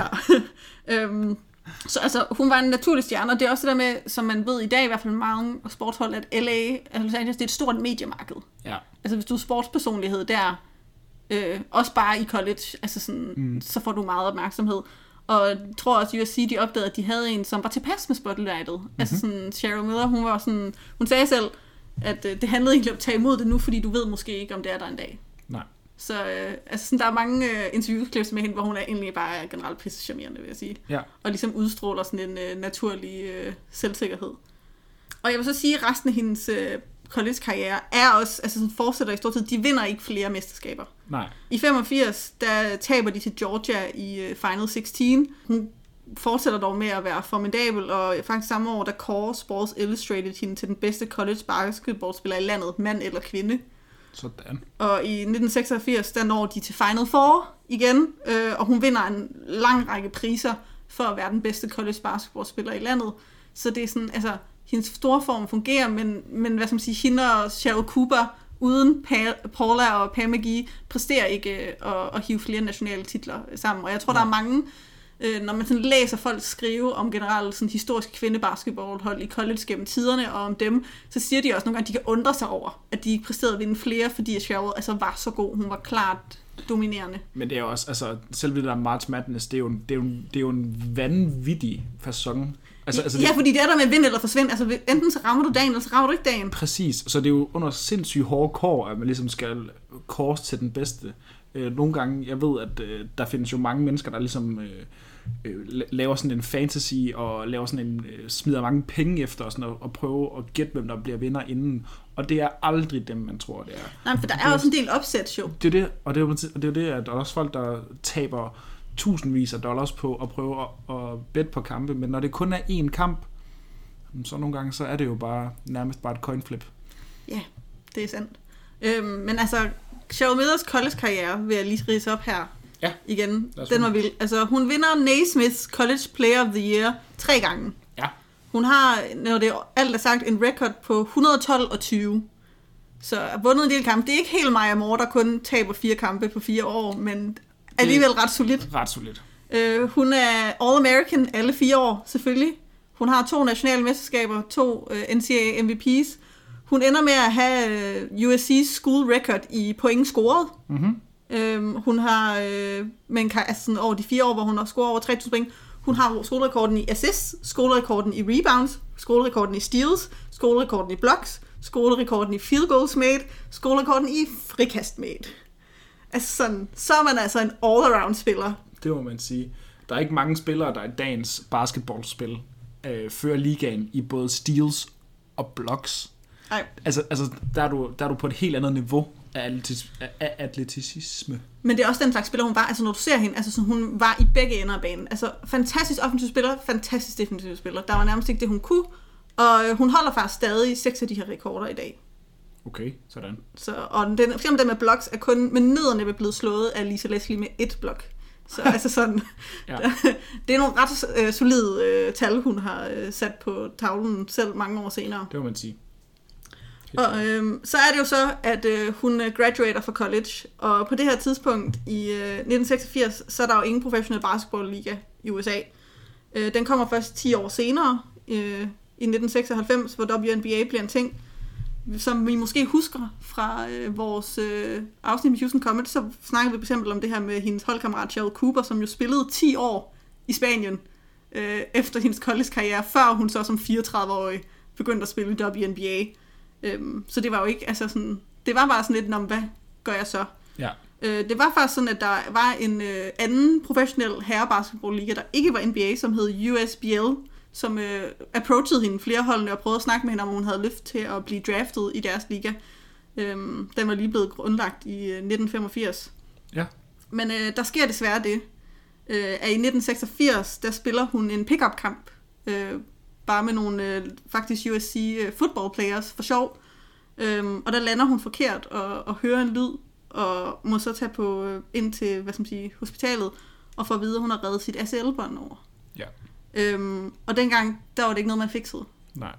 Så altså, hun var en naturlig stjerne, og det er også det der med, som man ved i dag, i hvert fald mange sportshold, at LA, altså Los Angeles, det er et stort mediemarked. Ja. Altså hvis du er sportspersonlighed der, også bare i college, altså sådan, så får du meget opmærksomhed. Og jeg tror også, USC, de opdagede, at de havde en, som var tilpas med spotlightet. Altså sådan, Cheryl Miller, hun sagde selv, at det handlede egentlig om at tage imod det nu, fordi du ved måske ikke, om det er der en dag. Nej. Så altså sådan, der er mange interviewklips med hende, hvor hun er egentlig bare generelt pisse charmerende, vil jeg sige. Ja. Og ligesom udstråler sådan en naturlig selvsikkerhed. Og jeg vil så sige, at resten af hendes college-karriere er også, altså sådan fortsætter i stort set, de vinder ikke flere mesterskaber. Nej. I 85, der taber de til Georgia i Final 16. Hun fortsætter dog med at være formidabel, og faktisk samme år, der kårer Sports Illustrated hende til den bedste college basketballspiller i landet, mand eller kvinde. Sådan. Og i 1986, der når de til Final Four igen, og hun vinder en lang række priser for at være den bedste college basketballspiller i landet. Så det er sådan, altså, hendes store form fungerer, men hvad skal man sige, hende og Cheryl Cooper, uden Paula og Pam McGee, præsterer ikke at hive flere nationale titler sammen. Og jeg tror, der er mange, når man sådan læser folk skrive om generelt sådan historiske kvindebasketballhold i college gennem tiderne, og om dem, så siger de også nogle gange, at de kan undre sig over, at de ikke præsterede at vinde flere, fordi Cheryl altså var så god. Hun var klart dominerende. Men det er også, altså, selv det der March Madness, det er jo en vanvittig facon. Altså, ja, fordi det er der med vind eller forsvind. Altså, enten så rammer du dagen, eller så rammer du ikke dagen. Præcis, så det er jo under sindssygt hårde kår, at man ligesom skal kors til den bedste. Nogle gange, jeg ved, at der findes jo mange mennesker, der ligesom laver sådan en fantasy, og laver sådan en, smider mange penge efter, og, sådan, og prøver at gætte, hvem der bliver vinder inden. Og det er aldrig dem, man tror, det er. Nej, for der er også en del upsets jo. Det er det, og det er jo det, at der er også folk, der taber tusindvis af dollars på at prøve at bette på kampe, men når det kun er én kamp, så nogle gange, så er det jo bare nærmest bare et coin flip. Ja, det er sandt. Men altså, Cheryl Millers college-karriere vil jeg lige ridse op her igen. Den var vild. Altså, hun vinder Naismiths College Player of the Year 3 gange. Ja. Hun har, når det alt er sagt, en record på 112-20. Så vundet en del kampe. Det er ikke helt Maya Moore, der kun taber 4 kampe på 4 år, men alligevel ret solidt. Ret solidt. Hun er All-American alle 4 år, selvfølgelig. Hun har 2 nationale mesterskaber, 2 NCAA MVP's. Hun ender med at have USC's school record i point scoret. Hun har sådan over de 4 år, hvor hun har scoret over 3.000 point, hun har skolerekorden i assists, skolerekorden i rebounds, skolerekorden i steals, skolerekorden i blocks, skolerekorden i field goals made, skolerekorden i frikast made. Altså sådan, så er man altså en all-around spiller. Det må man sige. Der er ikke mange spillere, der i dagens basketballspil fører ligaen i både steals og blocks. Nej. Altså der er du på et helt andet niveau af atleticisme. Men det er også den slags spiller, hun var. Altså når du ser hende, altså sådan, hun var i begge ender af banen. Altså fantastisk offensiv spiller, fantastisk defensiv spiller. Der var nærmest ikke det, hun kunne. Og hun holder faktisk stadig 6 af de her rekorder i dag. Okay, sådan. Og for eksempel den med blocks er kun med nødderne blevet slået af Lisa Leslie med 1 blok. Så altså sådan, ja. Det er nogle ret solide tal, hun har sat på tavlen selv mange år senere. Det må man sige. Og så er det jo så, at hun graduater fra college, og på det her tidspunkt i 1986, så er der jo ingen professionel basketball-liga i USA. Den kommer først 10 år senere, i 1996, hvor WNBA bliver en ting. Som vi måske husker fra vores afsnit med Houston Comets, så snakkede vi for eksempel om det her med hendes holdkammerat Cheryl Cooper, som jo spillede 10 år i Spanien efter hendes college-karriere, før hun så som 34-årig begyndte at spille i WNBA. Så det var jo ikke, altså sådan, det var bare sådan lidt, hvad gør jeg så? Ja. Det var faktisk sådan, at der var en anden professionel herrebasketball-liga, der ikke var NBA, som hed USBL, som approachede hende flere holdene og prøvede at snakke med hende, om hun havde lyst til at blive draftet i deres liga. Den var lige blevet grundlagt i 1985. Ja. Men der sker desværre det, at i 1986, der spiller hun en pick-up-kamp, bare med nogle faktisk USC football players for sjov. Og der lander hun forkert og hører en lyd, og må så tage ind til hospitalet, og få at vide, at hun har reddet sit ACL-bånd over. Ja. Og dengang, der var det ikke noget, man fiksede. Nej.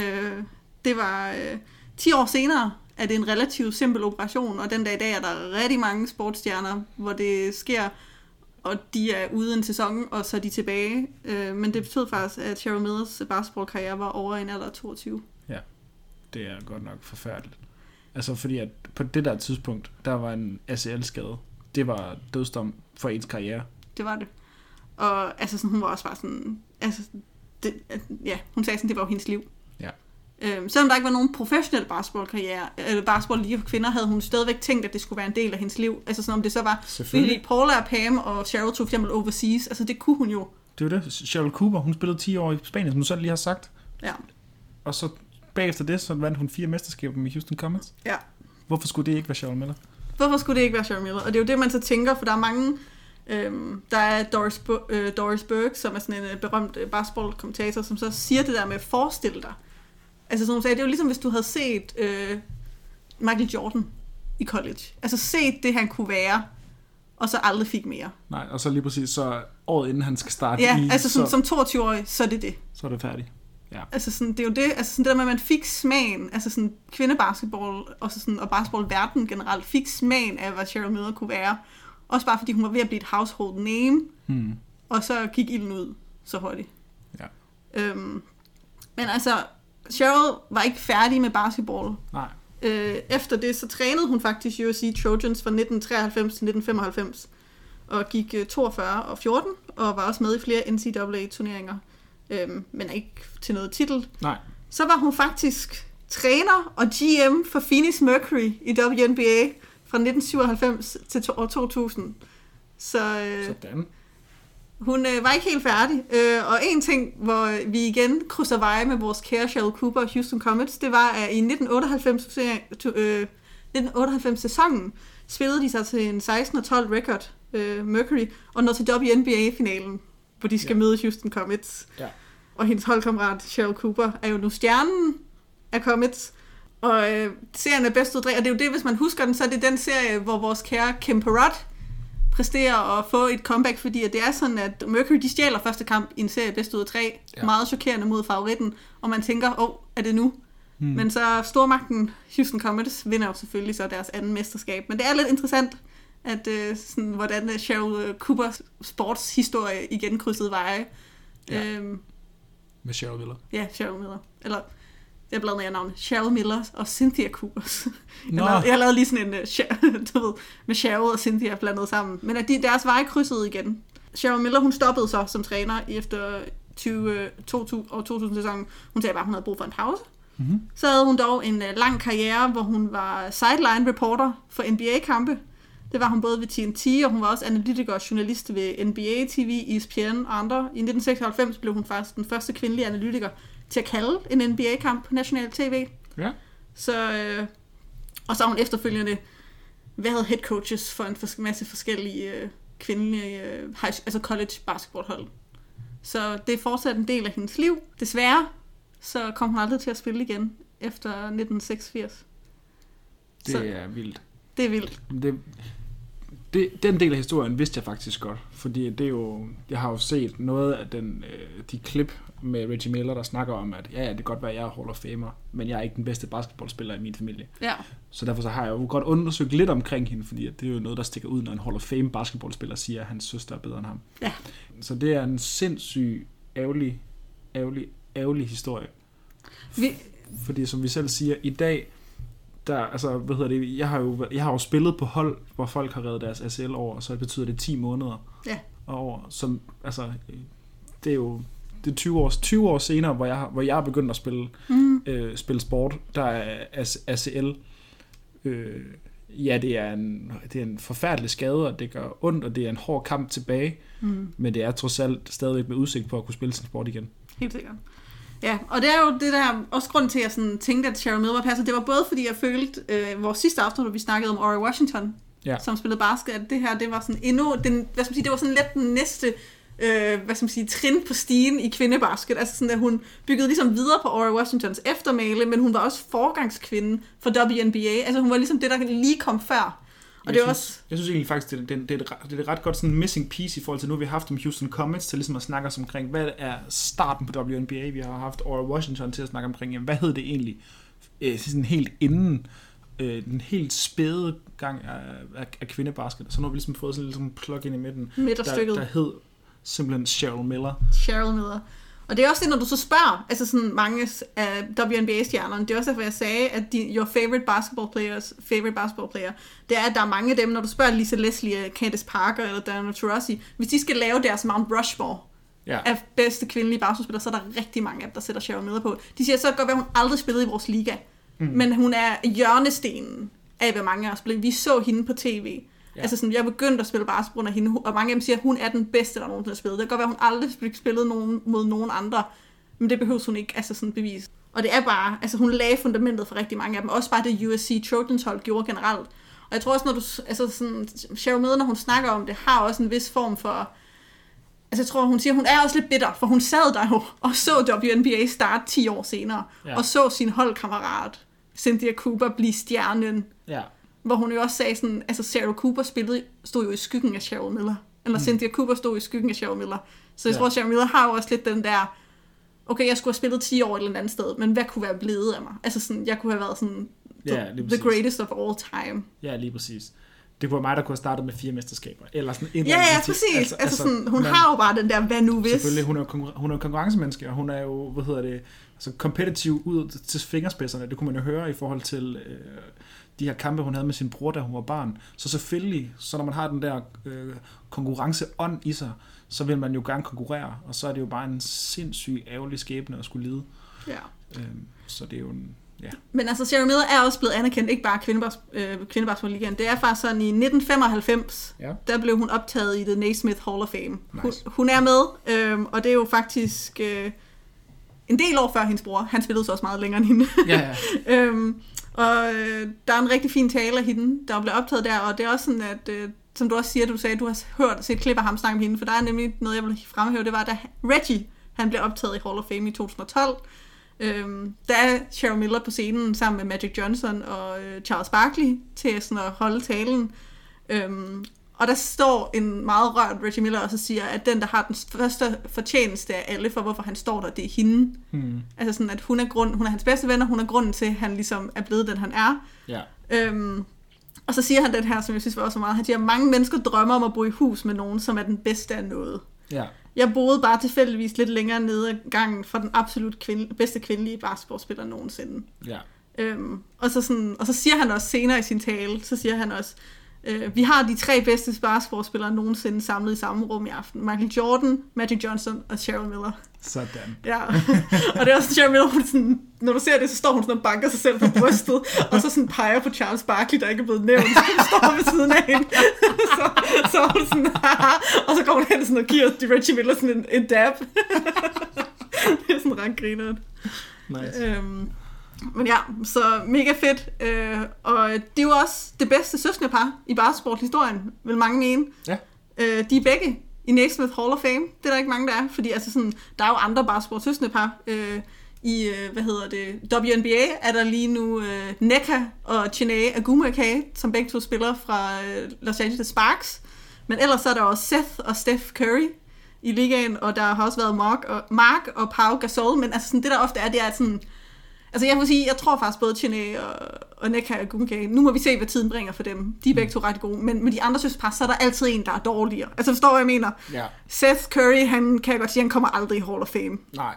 Det var 10 år senere, er det en relativt simpel operation, og den dag i dag er der rigtig mange sportsstjerner, hvor det sker, og de er ude en sæson, og så er de tilbage. Men det betød faktisk, at Cheryl Millers basketballkarriere var over en alder af 22. Ja, det er godt nok forfærdeligt. Altså fordi, at på det der tidspunkt, der var en ACL-skade. Det var dødsdom for ens karriere. Det var det. Og altså sådan, hun var også bare sådan, altså, hun sagde sådan, det var jo hendes liv. Ja. Selvom der ikke var nogen professionel basketballkarriere, eller basketball-liga for kvinder, havde hun stadigvæk tænkt, at det skulle være en del af hendes liv. Altså sådan, om det så var, fordi Paula og Pam og Cheryl tog for eksempel overseas, altså det kunne hun jo. Det var det. Cheryl Cooper, hun spillede 10 år i Spanien, som du selv lige har sagt. Ja. Og så bagefter det, så vandt hun 4 mesterskaber med Houston Comets. Ja. Hvorfor skulle det ikke være Cheryl Miller? Hvorfor skulle det ikke være Cheryl Miller? Og det er jo det, man så tænker, for der er mange... der er Doris Burke, som er sådan en berømt basketballkommentator, som så siger det der med at forestille dig. Altså som hun sagde, det er jo ligesom hvis du havde set Michael Jordan i college. Altså set det, han kunne være, og så aldrig fik mere. Nej, og så lige præcis så året inden han skal starte altså som 22-årig, så er det. Så er det færdigt. Ja. Altså sådan, det er jo det, altså sådan det der med, at man fik smagen, altså sådan kvindebasketball og, sådan, og basketballverden generelt, fik smagen af, hvad Cheryl Miller kunne være. Også bare fordi hun var ved at blive et household name, og så gik ilden ud så hurtigt. Ja. Men altså, Cheryl var ikke færdig med basketball. Nej. Efter det, så trænede hun faktisk USC Trojans fra 1993 til 1995, og gik 42 og 14, og var også med i flere NCAA-turneringer, men ikke til noget titel. Nej. Så var hun faktisk træner og GM for Phoenix Mercury i WNBA fra 1997 til år 2000. Sådan. Hun var ikke helt færdig. Og en ting, hvor vi igen krydser veje med vores kære Cheryl Cooper og Houston Comets, det var, at i 1998-sæsonen spillede de sig til en 16-12 record, Mercury, og nåede til WNBA-finalen, hvor de skal møde Houston Comets. Ja. Og hendes holdkammerat Cheryl Cooper er jo nu stjernen af Comets. Og serien er bedst ud af 3, og det er jo det, hvis man husker den, så er det den serie, hvor vores kære Kim Perrott præsterer at få et comeback, fordi at det er sådan, at Mercury, de stjæler første kamp i en serie bedst ud af 3, meget chokerende mod favoritten, og man tænker, er det nu? Men så stormagten Houston Comets vinder jo selvfølgelig så deres anden mesterskab, men det er lidt interessant, at sådan, hvordan Cheryl Coopers sportshistorie igen krydsede veje. Ja. Med Cheryl Miller. Ja, Cheryl Miller. Eller Jeg blandede jer navn. Cheryl Miller og Cynthia Coopers. Nå. Jeg lavede lige sådan en, du ved, med Cheryl og Cynthia blandet sammen. Men at deres veje krydsede igen. Cheryl Miller, hun stoppede så som træner efter 2000-sæsonen. Hun sagde bare, at hun havde brug for en pause. Mm-hmm. Så havde hun dog en lang karriere, hvor hun var sideline reporter for NBA-kampe. Det var hun både ved TNT, og hun var også analytiker og journalist ved NBA TV, ESPN og andre. I 1996 blev hun faktisk den første kvindelige analytiker til at kalde en NBA-kamp på national tv. Ja. Så, og så har hun efterfølgende været head coaches for en masse forskellige kvindelige altså college basketballhold. Så det er fortsat en del af hendes liv. Desværre så kom hun aldrig til at spille igen efter 1986. Det så, er vildt. Det er vildt. Den del af historien vidste jeg faktisk godt, fordi det er jo, jeg har jo set noget af de klip med Reggie Miller, der snakker om, at ja, det kan godt være, at jeg er Hall of Famer, men jeg er ikke den bedste basketballspiller i min familie. Ja. Så derfor så har jeg jo godt undersøgt lidt omkring hende, fordi det er jo noget, der stikker ud, når en Hall of Fame basketballspiller siger, at hans søster er bedre end ham. Ja. Så det er en sindssyg, ærgerlig historie. Fordi som vi selv siger, i dag, der, altså, jeg har jo spillet på hold, hvor folk har reddet deres ACL over, så betyder det 10 måneder over, som, altså, det er jo det er 20 år senere, hvor jeg er begyndt at spille sport, der er ACL. Det er en forfærdelig skade, og det gør ondt, og det er en hård kamp tilbage, men det er trods alt stadigvæk med udsigt på at kunne spille sin sport igen. Helt sikkert. Ja, og det er jo det der, også grund til, at jeg sådan tænkte, at Cheryl Miller var passet. Det var både fordi, jeg følte, vores sidste aften, hvor vi snakkede om Ori Washington, som spillede basket, at det her, det var sådan endnu, det var sådan lidt den næste, trin på stigen i kvindebasket. Altså sådan, at hun byggede ligesom videre på Ori Washingtons eftermæle, men hun var også forgangskvinde for WNBA. Altså hun var ligesom det, der lige kom før. Og jeg synes egentlig faktisk, det er et ret godt sådan missing piece i forhold til nu, vi har haft om Houston Comets til ligesom at snakke os omkring, hvad er starten på WNBA, vi har haft Ori Washington til at snakke omkring, jamen, hvad hed det egentlig sådan helt inden den helt spæde gang af kvindebasket, og så nu har vi ligesom fået sådan en ligesom plug ind i midten, der hed simpelthen Cheryl Miller. Og det er også det, når du så spørger, altså sådan mange af WNBA-stjernerne, det er også derfor, jeg sagde, at your favorite basketball player, det er, at der er mange af dem, når du spørger Lisa Leslie, Candace Parker eller Diana Taurasi, hvis de skal lave deres Mount Rushmore af bedste kvindelige basketballspillere, så er der rigtig mange af dem, der sætter Cheryl Miller på. De siger, så kan det godt være, at hun aldrig spillede i vores liga, men hun er hjørnestenen af, hvad mange af os blev. Vi så hende på tv. Ja. Altså sådan, jeg begyndte at spille basketball af hende, og mange af dem siger, at hun er den bedste, der nogensinde har spillet. Det kan godt være, at hun aldrig spillet mod nogen andre, men det behøver hun ikke altså sådan bevise. Og det er bare, altså hun lagde fundamentet for rigtig mange af dem, også bare det USC Trojans hold gjorde generelt. Og jeg tror også, når du, altså sådan, Cheryl Miller, når hun snakker om det, har også en vis form for, altså jeg tror, hun siger, hun er også lidt bitter, for hun sad der jo og så WNBA start 10 år senere, og så sin holdkammerat, Cynthia Cooper, blive stjernen. Ja. Hvor hun jo også sagde sådan, altså Sarah Cooper stod jo i skyggen af Cheryl Miller. Eller Cynthia Cooper stod i skyggen af Cheryl Miller. Så jeg tror, Cheryl Miller har jo også lidt den der, okay, jeg skulle have spillet 10 år et eller andet sted, men hvad kunne være blevet af mig? Altså sådan, jeg kunne have været sådan, the greatest of all time. Ja, lige præcis. Det kunne være mig, der kunne have startet med 4 mesterskaber. Eller sådan en ja, præcis. Altså sådan, hun har jo bare den der, hvad nu hvis? Selvfølgelig, hun er konkurrencemenneske, og hun er jo, altså competitive ud til fingerspidserne. Det kunne man jo høre i forhold til de her kampe, hun havde med sin bror, da hun var barn. Så selvfølgelig, så når man har den der konkurrenceånd i sig, så vil man jo gerne konkurrere, og så er det jo bare en sindssyg ærgerlig skæbne at skulle lide. Ja. Så det er jo en... Ja. Men altså, Cheryl Miller er også blevet anerkendt, ikke bare kvindebasketballligaen. Det er faktisk sådan, i 1995, der blev hun optaget i The Naismith Hall of Fame. Nice. Hun er med, og det er jo faktisk en del år før hendes bror. Han spillede så også meget længere end hende. Ja. Og der er en rigtig fin tale af hende, der blev optaget der, og det er også sådan, at som du også siger, du sagde, du har set et klip af ham snakke med hende, for der er nemlig noget, jeg vil fremhæve, det var, da Reggie, han blev optaget i Hall of Fame i 2012, der er Cheryl Miller på scenen sammen med Magic Johnson og Charles Barkley til sådan at holde talen. Og der står en meget rørt Reggie Miller og så siger, at den, der har den første fortjeneste af alle for, hvorfor han står der, det er hende. Altså sådan, at hun er hans bedste ven, og hun er grunden til, at han ligesom er blevet den, han er. Ja. Og så siger han den her, som jeg synes var også meget, han siger, mange mennesker drømmer om at bo i hus med nogen, som er den bedste af noget. Ja. Jeg boede bare tilfældigvis lidt længere nede ad gangen fra den absolut bedste kvindelige basketballspiller nogensinde. Ja. Og så siger han også senere i sin tale, så siger han også, vi har de 3 bedste basketballspillere nogensinde samlet i samme rum i aften. Michael Jordan, Magic Johnson og Cheryl Miller. Sådan. Ja, og det er også Cheryl Miller, hun sådan, når du ser det, så står hun sådan og banker sig selv på brystet, og så sådan peger på Charles Barkley, der ikke er blevet nævnt, så hun står ved siden af hende. så er hun sådan, og så går hun hen sådan og giver Reggie Miller sådan en dab. Det er sådan ret grineren. Nice. Men ja, så mega fedt. Og det er jo også det bedste søskendepar i basketball-historien, vil mange mene. Ja. De er begge i Naismith Hall of Fame. Det er der ikke mange, der er. Fordi altså sådan, der er jo andre basketball-søskendepar. I, WNBA er der lige nu Nneka og Chiney Agumake, som begge to spiller fra Los Angeles Sparks. Men ellers så er der også Seth og Steph Curry i ligaen, og der har også været Mark og Pau Gasol. Men altså sådan, det der ofte er, det er sådan... Altså jeg vil sige, jeg tror faktisk både Chiney og Nneka og Agumake, nu må vi se, hvad tiden bringer for dem. De er begge to ret gode, men med de andre søskendepar, så er der altid en, der er dårligere. Altså forstår hvad jeg mener? Ja. Seth Curry, han kan jeg godt sige, han kommer aldrig i Hall of Fame. Nej.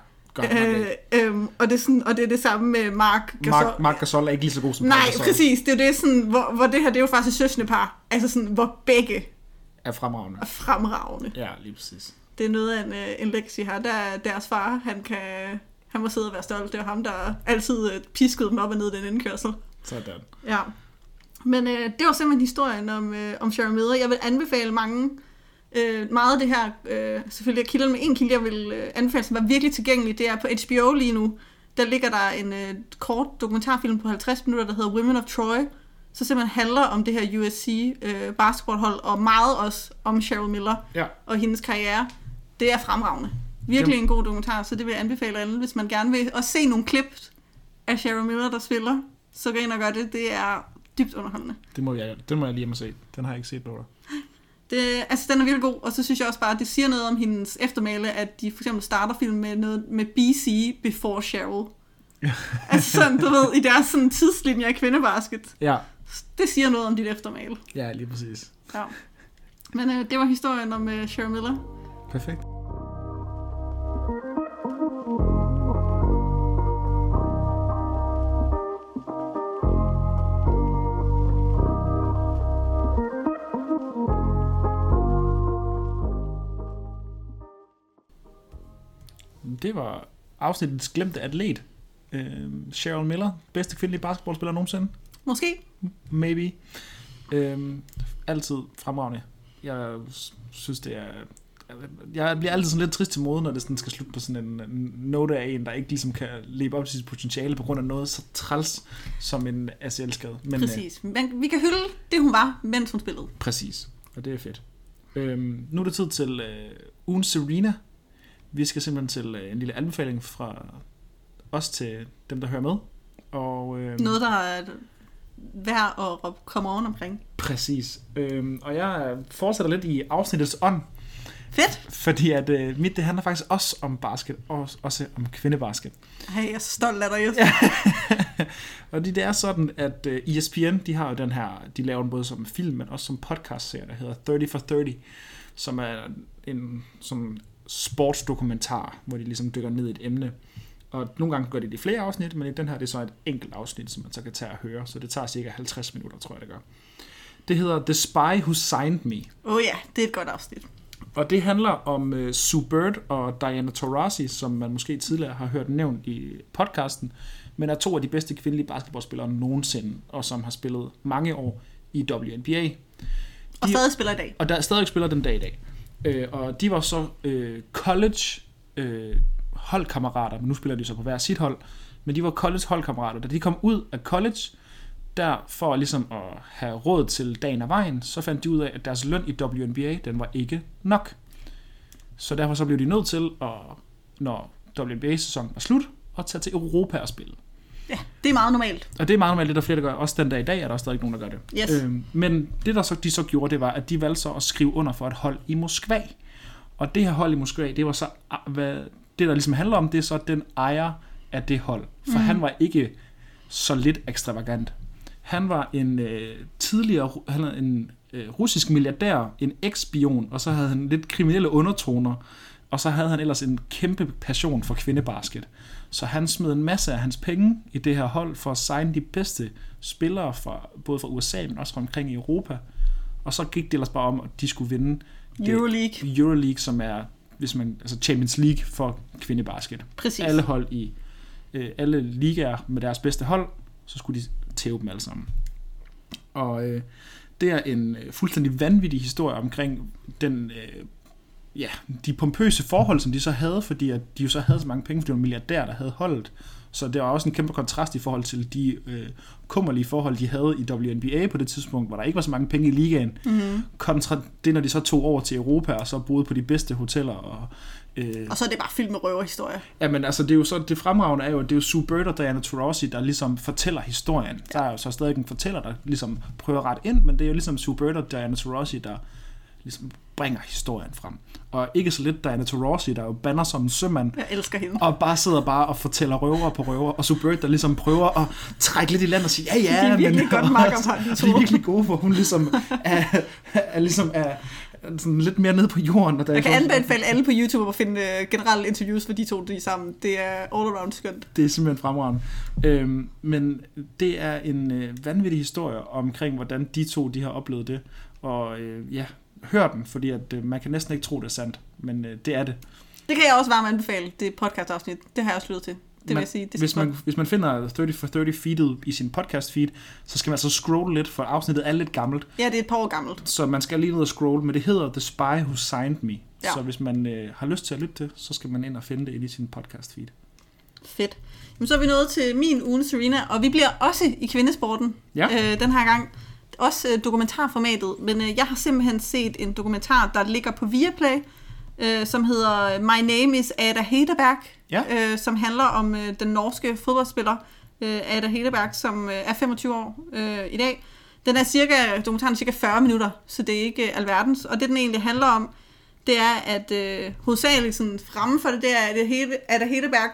Og det er det samme med Mark Gasol. Mark Gasol er ikke lige så god som Nej, Gasol. præcis. Det er det sådan, hvor det her, det er jo faktisk et søskendepar. Altså sådan, hvor begge er fremragende. Ja, lige præcis. Det er noget af en legacy her. Der er deres far, han må sidde og være stolt. Det var ham, der altid piskede dem op og ned den indkørsel. Sådan. Ja. Men det var simpelthen historien om Cheryl Miller. Jeg vil anbefale mange... meget af det her, selvfølgelig er kilden med en kilde, jeg vil anbefale, som er virkelig tilgængelig, det er på HBO lige nu. Der ligger der en kort dokumentarfilm på 50 minutter, der hedder Women of Troy, så simpelthen handler om det her USC basketballhold, og meget også om Cheryl Miller og hendes karriere. Det er fremragende. Virkelig en god dokumentar, så det vil jeg anbefale alle, hvis man gerne vil også se nogle klip af Cheryl Miller, der spiller, så gå ind og gør det. Det er dybt underholdende. Den må jeg lige hjem og se. Den har jeg ikke set på dig. Den er virkelig god, og så synes jeg også bare, at det siger noget om hendes eftermæle, at de for eksempel starter film med noget med BC before Cheryl. Altså sådan, du ved, i deres sådan tidslinje af kvindebasket. Ja. Det siger noget om dit eftermæle. Ja, lige præcis. Ja. Men det var historien om Cheryl Miller. Perfekt. Det var afsnittets glemte atlet. Cheryl Miller, bedste kvindelige basketballspiller nogensinde. Måske. Maybe. Altid fremragende. Jeg synes, det er... Jeg bliver altid sådan lidt trist til mode, når det sådan skal slutte på sådan en note af en, der ikke ligesom kan leve op til sit potentiale på grund af noget så træls som en ACL-skade. Men, præcis. Men vi kan hylde det, hun var, mens hun spillede. Præcis. Og det er fedt. Nu er det tid til ugen Serena. Vi skal simpelthen til en lille anbefaling fra os til dem, der hører med. Og, noget, der er værd at råbe come on omkring. Præcis. Og jeg fortsætter lidt i afsnittets ånd. Fedt! Fordi at mit, det handler faktisk også om basket, og også om kvindebasket. Hey, jeg er så stolt af dig, Jesper. Og det er sådan, at ESPN, de har jo den her, de laver den både som film, men også som podcast-serie, der hedder 30 for 30, som er en sådan sportsdokumentar, hvor de ligesom dykker ned i et emne. Og nogle gange gør de flere afsnit, men i den her det er så et enkelt afsnit, som man så kan tage og høre. Så det tager cirka 50 minutter, tror jeg, det gør. Det hedder The Spy Who Signed Me. Ja, det er et godt afsnit. Og det handler om Sue Bird og Diana Taurasi, som man måske tidligere har hørt nævnt i podcasten, men er 2 af de bedste kvindelige basketballspillere nogensinde, og som har spillet mange år i WNBA. Og stadig spiller i dag. Og der stadig spiller den dag i dag. Og de var så college holdkammerater, men nu spiller de så på hver sit hold, men de var college holdkammerater. Da de kom ud af college, der for ligesom at have råd til dagen og vejen, så fandt de ud af, at deres løn i WNBA, den var ikke nok. Så derfor så blev de nødt til, når WNBA-sæsonen var slut, at tage til Europa og spille. Ja, det er meget normalt. Og det er meget normalt, det der flere, der gør. Også den dag i dag er der stadig nogen, der gør det. Yes. Men det, der de så gjorde, det var, at de valgte så at skrive under for et hold i Moskva. Og det her hold i Moskva, det var så, det der ligesom handler om, det er så den ejer af det hold. For han var ikke så lidt ekstravagant. Han var en russisk milliardær, en eks-spion, og så havde han lidt kriminelle undertoner. Og så havde han ellers en kæmpe passion for kvindebasket. Så han smed en masse af hans penge i det her hold for at signe de bedste spillere både fra USA, men også fra omkring i Europa. Og så gik det ellers bare om, at de skulle vinde Euroleague, som er Champions League for kvindebasket. Præcis. Alle hold i alle ligaer med deres bedste hold, så skulle de tæve dem alle sammen. Og det er en fuldstændig vanvittig historie omkring de pompøse forhold, som de så havde, fordi at de jo så havde så mange penge, fordi de var milliardærer, der havde holdet. Så det var også en kæmpe kontrast i forhold til de kummerlige forhold, de havde i WNBA på det tidspunkt, hvor der ikke var så mange penge i ligaen, kontra det, når de så tog over til Europa, og så boede på de bedste hoteller. Og så er det bare fyldt med røverhistorier. Jamen altså, det er jo så, det fremragende er jo, at det er jo Sue Bird og Diana Taurasi, der ligesom fortæller historien. Ja. Der er jo så stadig en fortæller, der ligesom prøver ret ind, men det er jo ligesom Sue Bird og Diana Taurasi, der ligesom bringer historien frem. Og ikke så lidt Diana Taurasi, der jo bander som en sømand. Jeg elsker hende. Og bare sidder og fortæller røver på røver. Og Sue Bird, der ligesom prøver at trække lidt i land og sige, ja, de er virkelig godt makker. De er virkelig gode, for hun ligesom er sådan lidt mere nede på jorden. Og jeg kan anbefale alle på YouTube at finde generelle interviews for de to, de er sammen. Det er all around skønt. Det er simpelthen fremragende. Men det er en vanvittig historie omkring, hvordan de to de har oplevet det. Og hør den, fordi at, man kan næsten ikke tro, det er sandt. Men det er det. Det kan jeg også varmt anbefale, det podcast-afsnit. Det har jeg også lyttet til. Det vil jeg sige. Hvis man finder 30 for 30 feedet i sin podcast feed, så skal man altså scrolle lidt, for afsnittet er lidt gammelt. Ja, det er et par år gammelt. Så man skal lige ned og scrolle, men det hedder The Spy Who Signed Me. Ja. Så hvis man har lyst til at lytte til, så skal man ind og finde det ind i sin podcast feed. Fedt. Jamen, så er vi nået til min ugen, Serena, og vi bliver også i kvindesporten den her gang. Også dokumentarformatet, men jeg har simpelthen set en dokumentar, der ligger på Viaplay, som hedder My Name is Ada Hegerberg, som handler om den norske fodboldspiller Ada Hegerberg, som er 25 år i dag. Dokumentaren er cirka 40 minutter, så det er ikke alverdens. Og det, den egentlig handler om, det er, at hovedsageligt sådan, fremme for det, er Ada Hegerberg.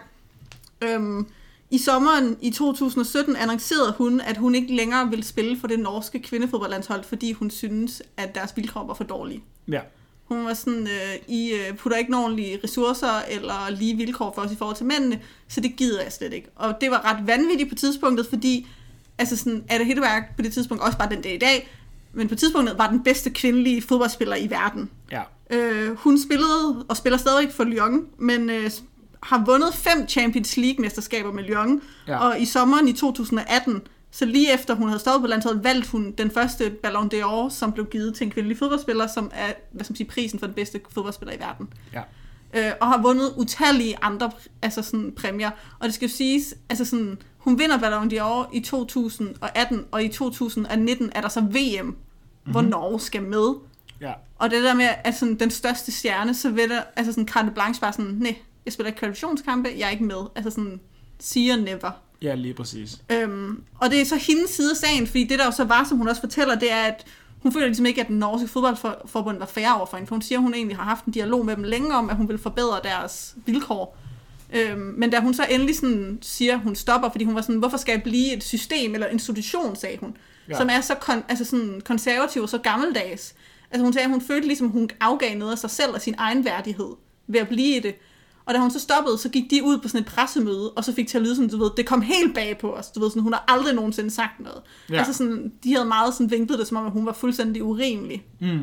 I sommeren i 2017 annoncerede hun, at hun ikke længere ville spille for det norske kvindefodboldlandshold, fordi hun synes, at deres vilkår var for dårlige. Ja. Hun var sådan, I putter ikke nogen ordentlige ressourcer eller lige vilkår for os i forhold til mændene, så det gider jeg slet ikke. Og det var ret vanvittigt på tidspunktet, fordi altså sådan, Ada Hegerberg på det tidspunkt, også bare den dag i dag, men på tidspunktet var den bedste kvindelige fodboldspiller i verden. Ja. Hun spillede og spiller stadig for Lyon, men har vundet 5 Champions League-mesterskaber med Lyon, og i sommeren i 2018, så lige efter hun havde stået på landsholdet, valgte hun den første Ballon d'Or, som blev givet til en kvindelig fodboldspiller, som er prisen for den bedste fodboldspiller i verden. Ja. Og har vundet utallige andre præmier. Og det skal jo siges, hun vinder Ballon d'Or i 2018, og i 2019 er der så VM, hvor Norge skal med. Ja. Og det der med, at den største stjerne, så vil der, carte blanche bare sådan, nej, jeg spiller ikke kvalifikationskampe, jeg er ikke med. See or never. Ja, lige præcis. Og det er så hendes side af sagen, fordi det der jo så var, som hun også fortæller, det er, at hun føler ligesom ikke, at den norske fodboldforbund var fair over for hende, for hun siger, at hun egentlig har haft en dialog med dem længe om, at hun vil forbedre deres vilkår. Men da hun så endelig sådan siger, at hun stopper, fordi hun var sådan, hvorfor skal jeg blive et system eller institution, sagde hun, som er så konservativ og så gammeldags. Altså hun sagde, at hun følte ligesom, at hun afgav noget af sig selv og sin egen værdighed ved at blive i det. Og da hun så stoppede, så gik de ud på sådan et pressemøde, og så fik til at lyde sådan, du ved, det kom helt bag på os. Du ved, sådan, hun har aldrig nogensinde sagt noget. Ja. Altså sådan, de havde meget sådan vinklet det, som om, at hun var fuldstændig urimelig.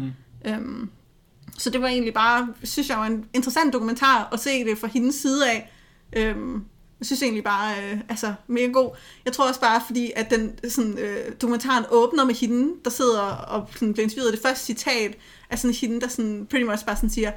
Så det var egentlig bare, synes jeg, var en interessant dokumentar at se det fra hendes side af. Jeg synes egentlig bare, mega god. Jeg tror også bare, fordi at den dokumentaren åbner med hende, der sidder og sådan, bliver interviewet. Det første citat er sådan hende, der sådan, pretty much bare sådan siger,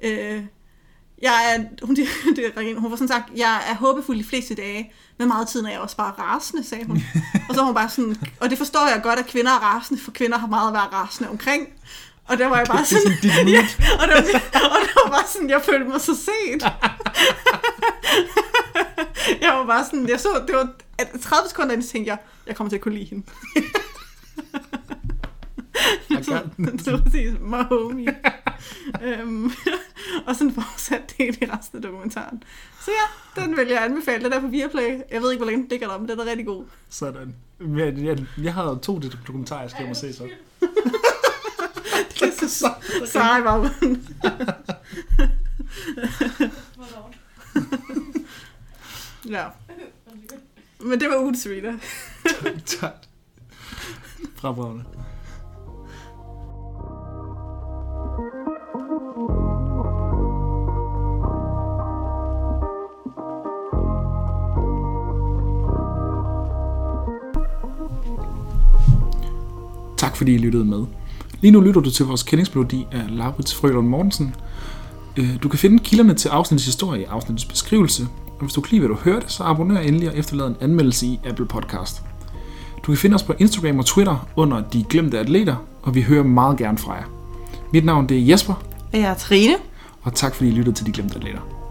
hun var sådan sagt, jeg er håbefuld de fleste dage, men meget tiden er jeg også bare rasende, sagde hun. Og så var hun bare sådan, og det forstår jeg godt, at kvinder er rasende, for kvinder har meget at være rasende omkring. Og der var jeg bare sådan, og det var bare sådan, jeg følte mig så set. Jeg var bare sådan, jeg så, det var 30 sekunder, inden tænkte jeg kommer til at kunne lide hende. Det var præcis, my homie. Og sådan fortsat det i resten af dokumentaren. Så ja, den vil jeg anbefale. Den er på Viaplay. Jeg ved ikke, hvor længe den ligger der, men den er rigtig god. Sådan. Jeg har 2 dokumentarer, jeg skal se så. Det er så sej, Bagman. Ja. Men det var ugens reader. Tak. Fremragende. Tak fordi I lyttede med. Lige nu lytter du til vores kendingsmelodi af Laurits Frølund Mortensen. Du kan finde kilderne til afsnittets historie i afsnittets beskrivelse. Og hvis du kan lide, hvad du hørte, så abonner endelig og efterlad en anmeldelse i Apple Podcast. Du kan finde os på Instagram og Twitter under De Glemte Atleter, og vi hører meget gerne fra jer. Mit navn det er Jesper. Og jeg er Trine. Og tak fordi I lyttede til De Glemte Atleter.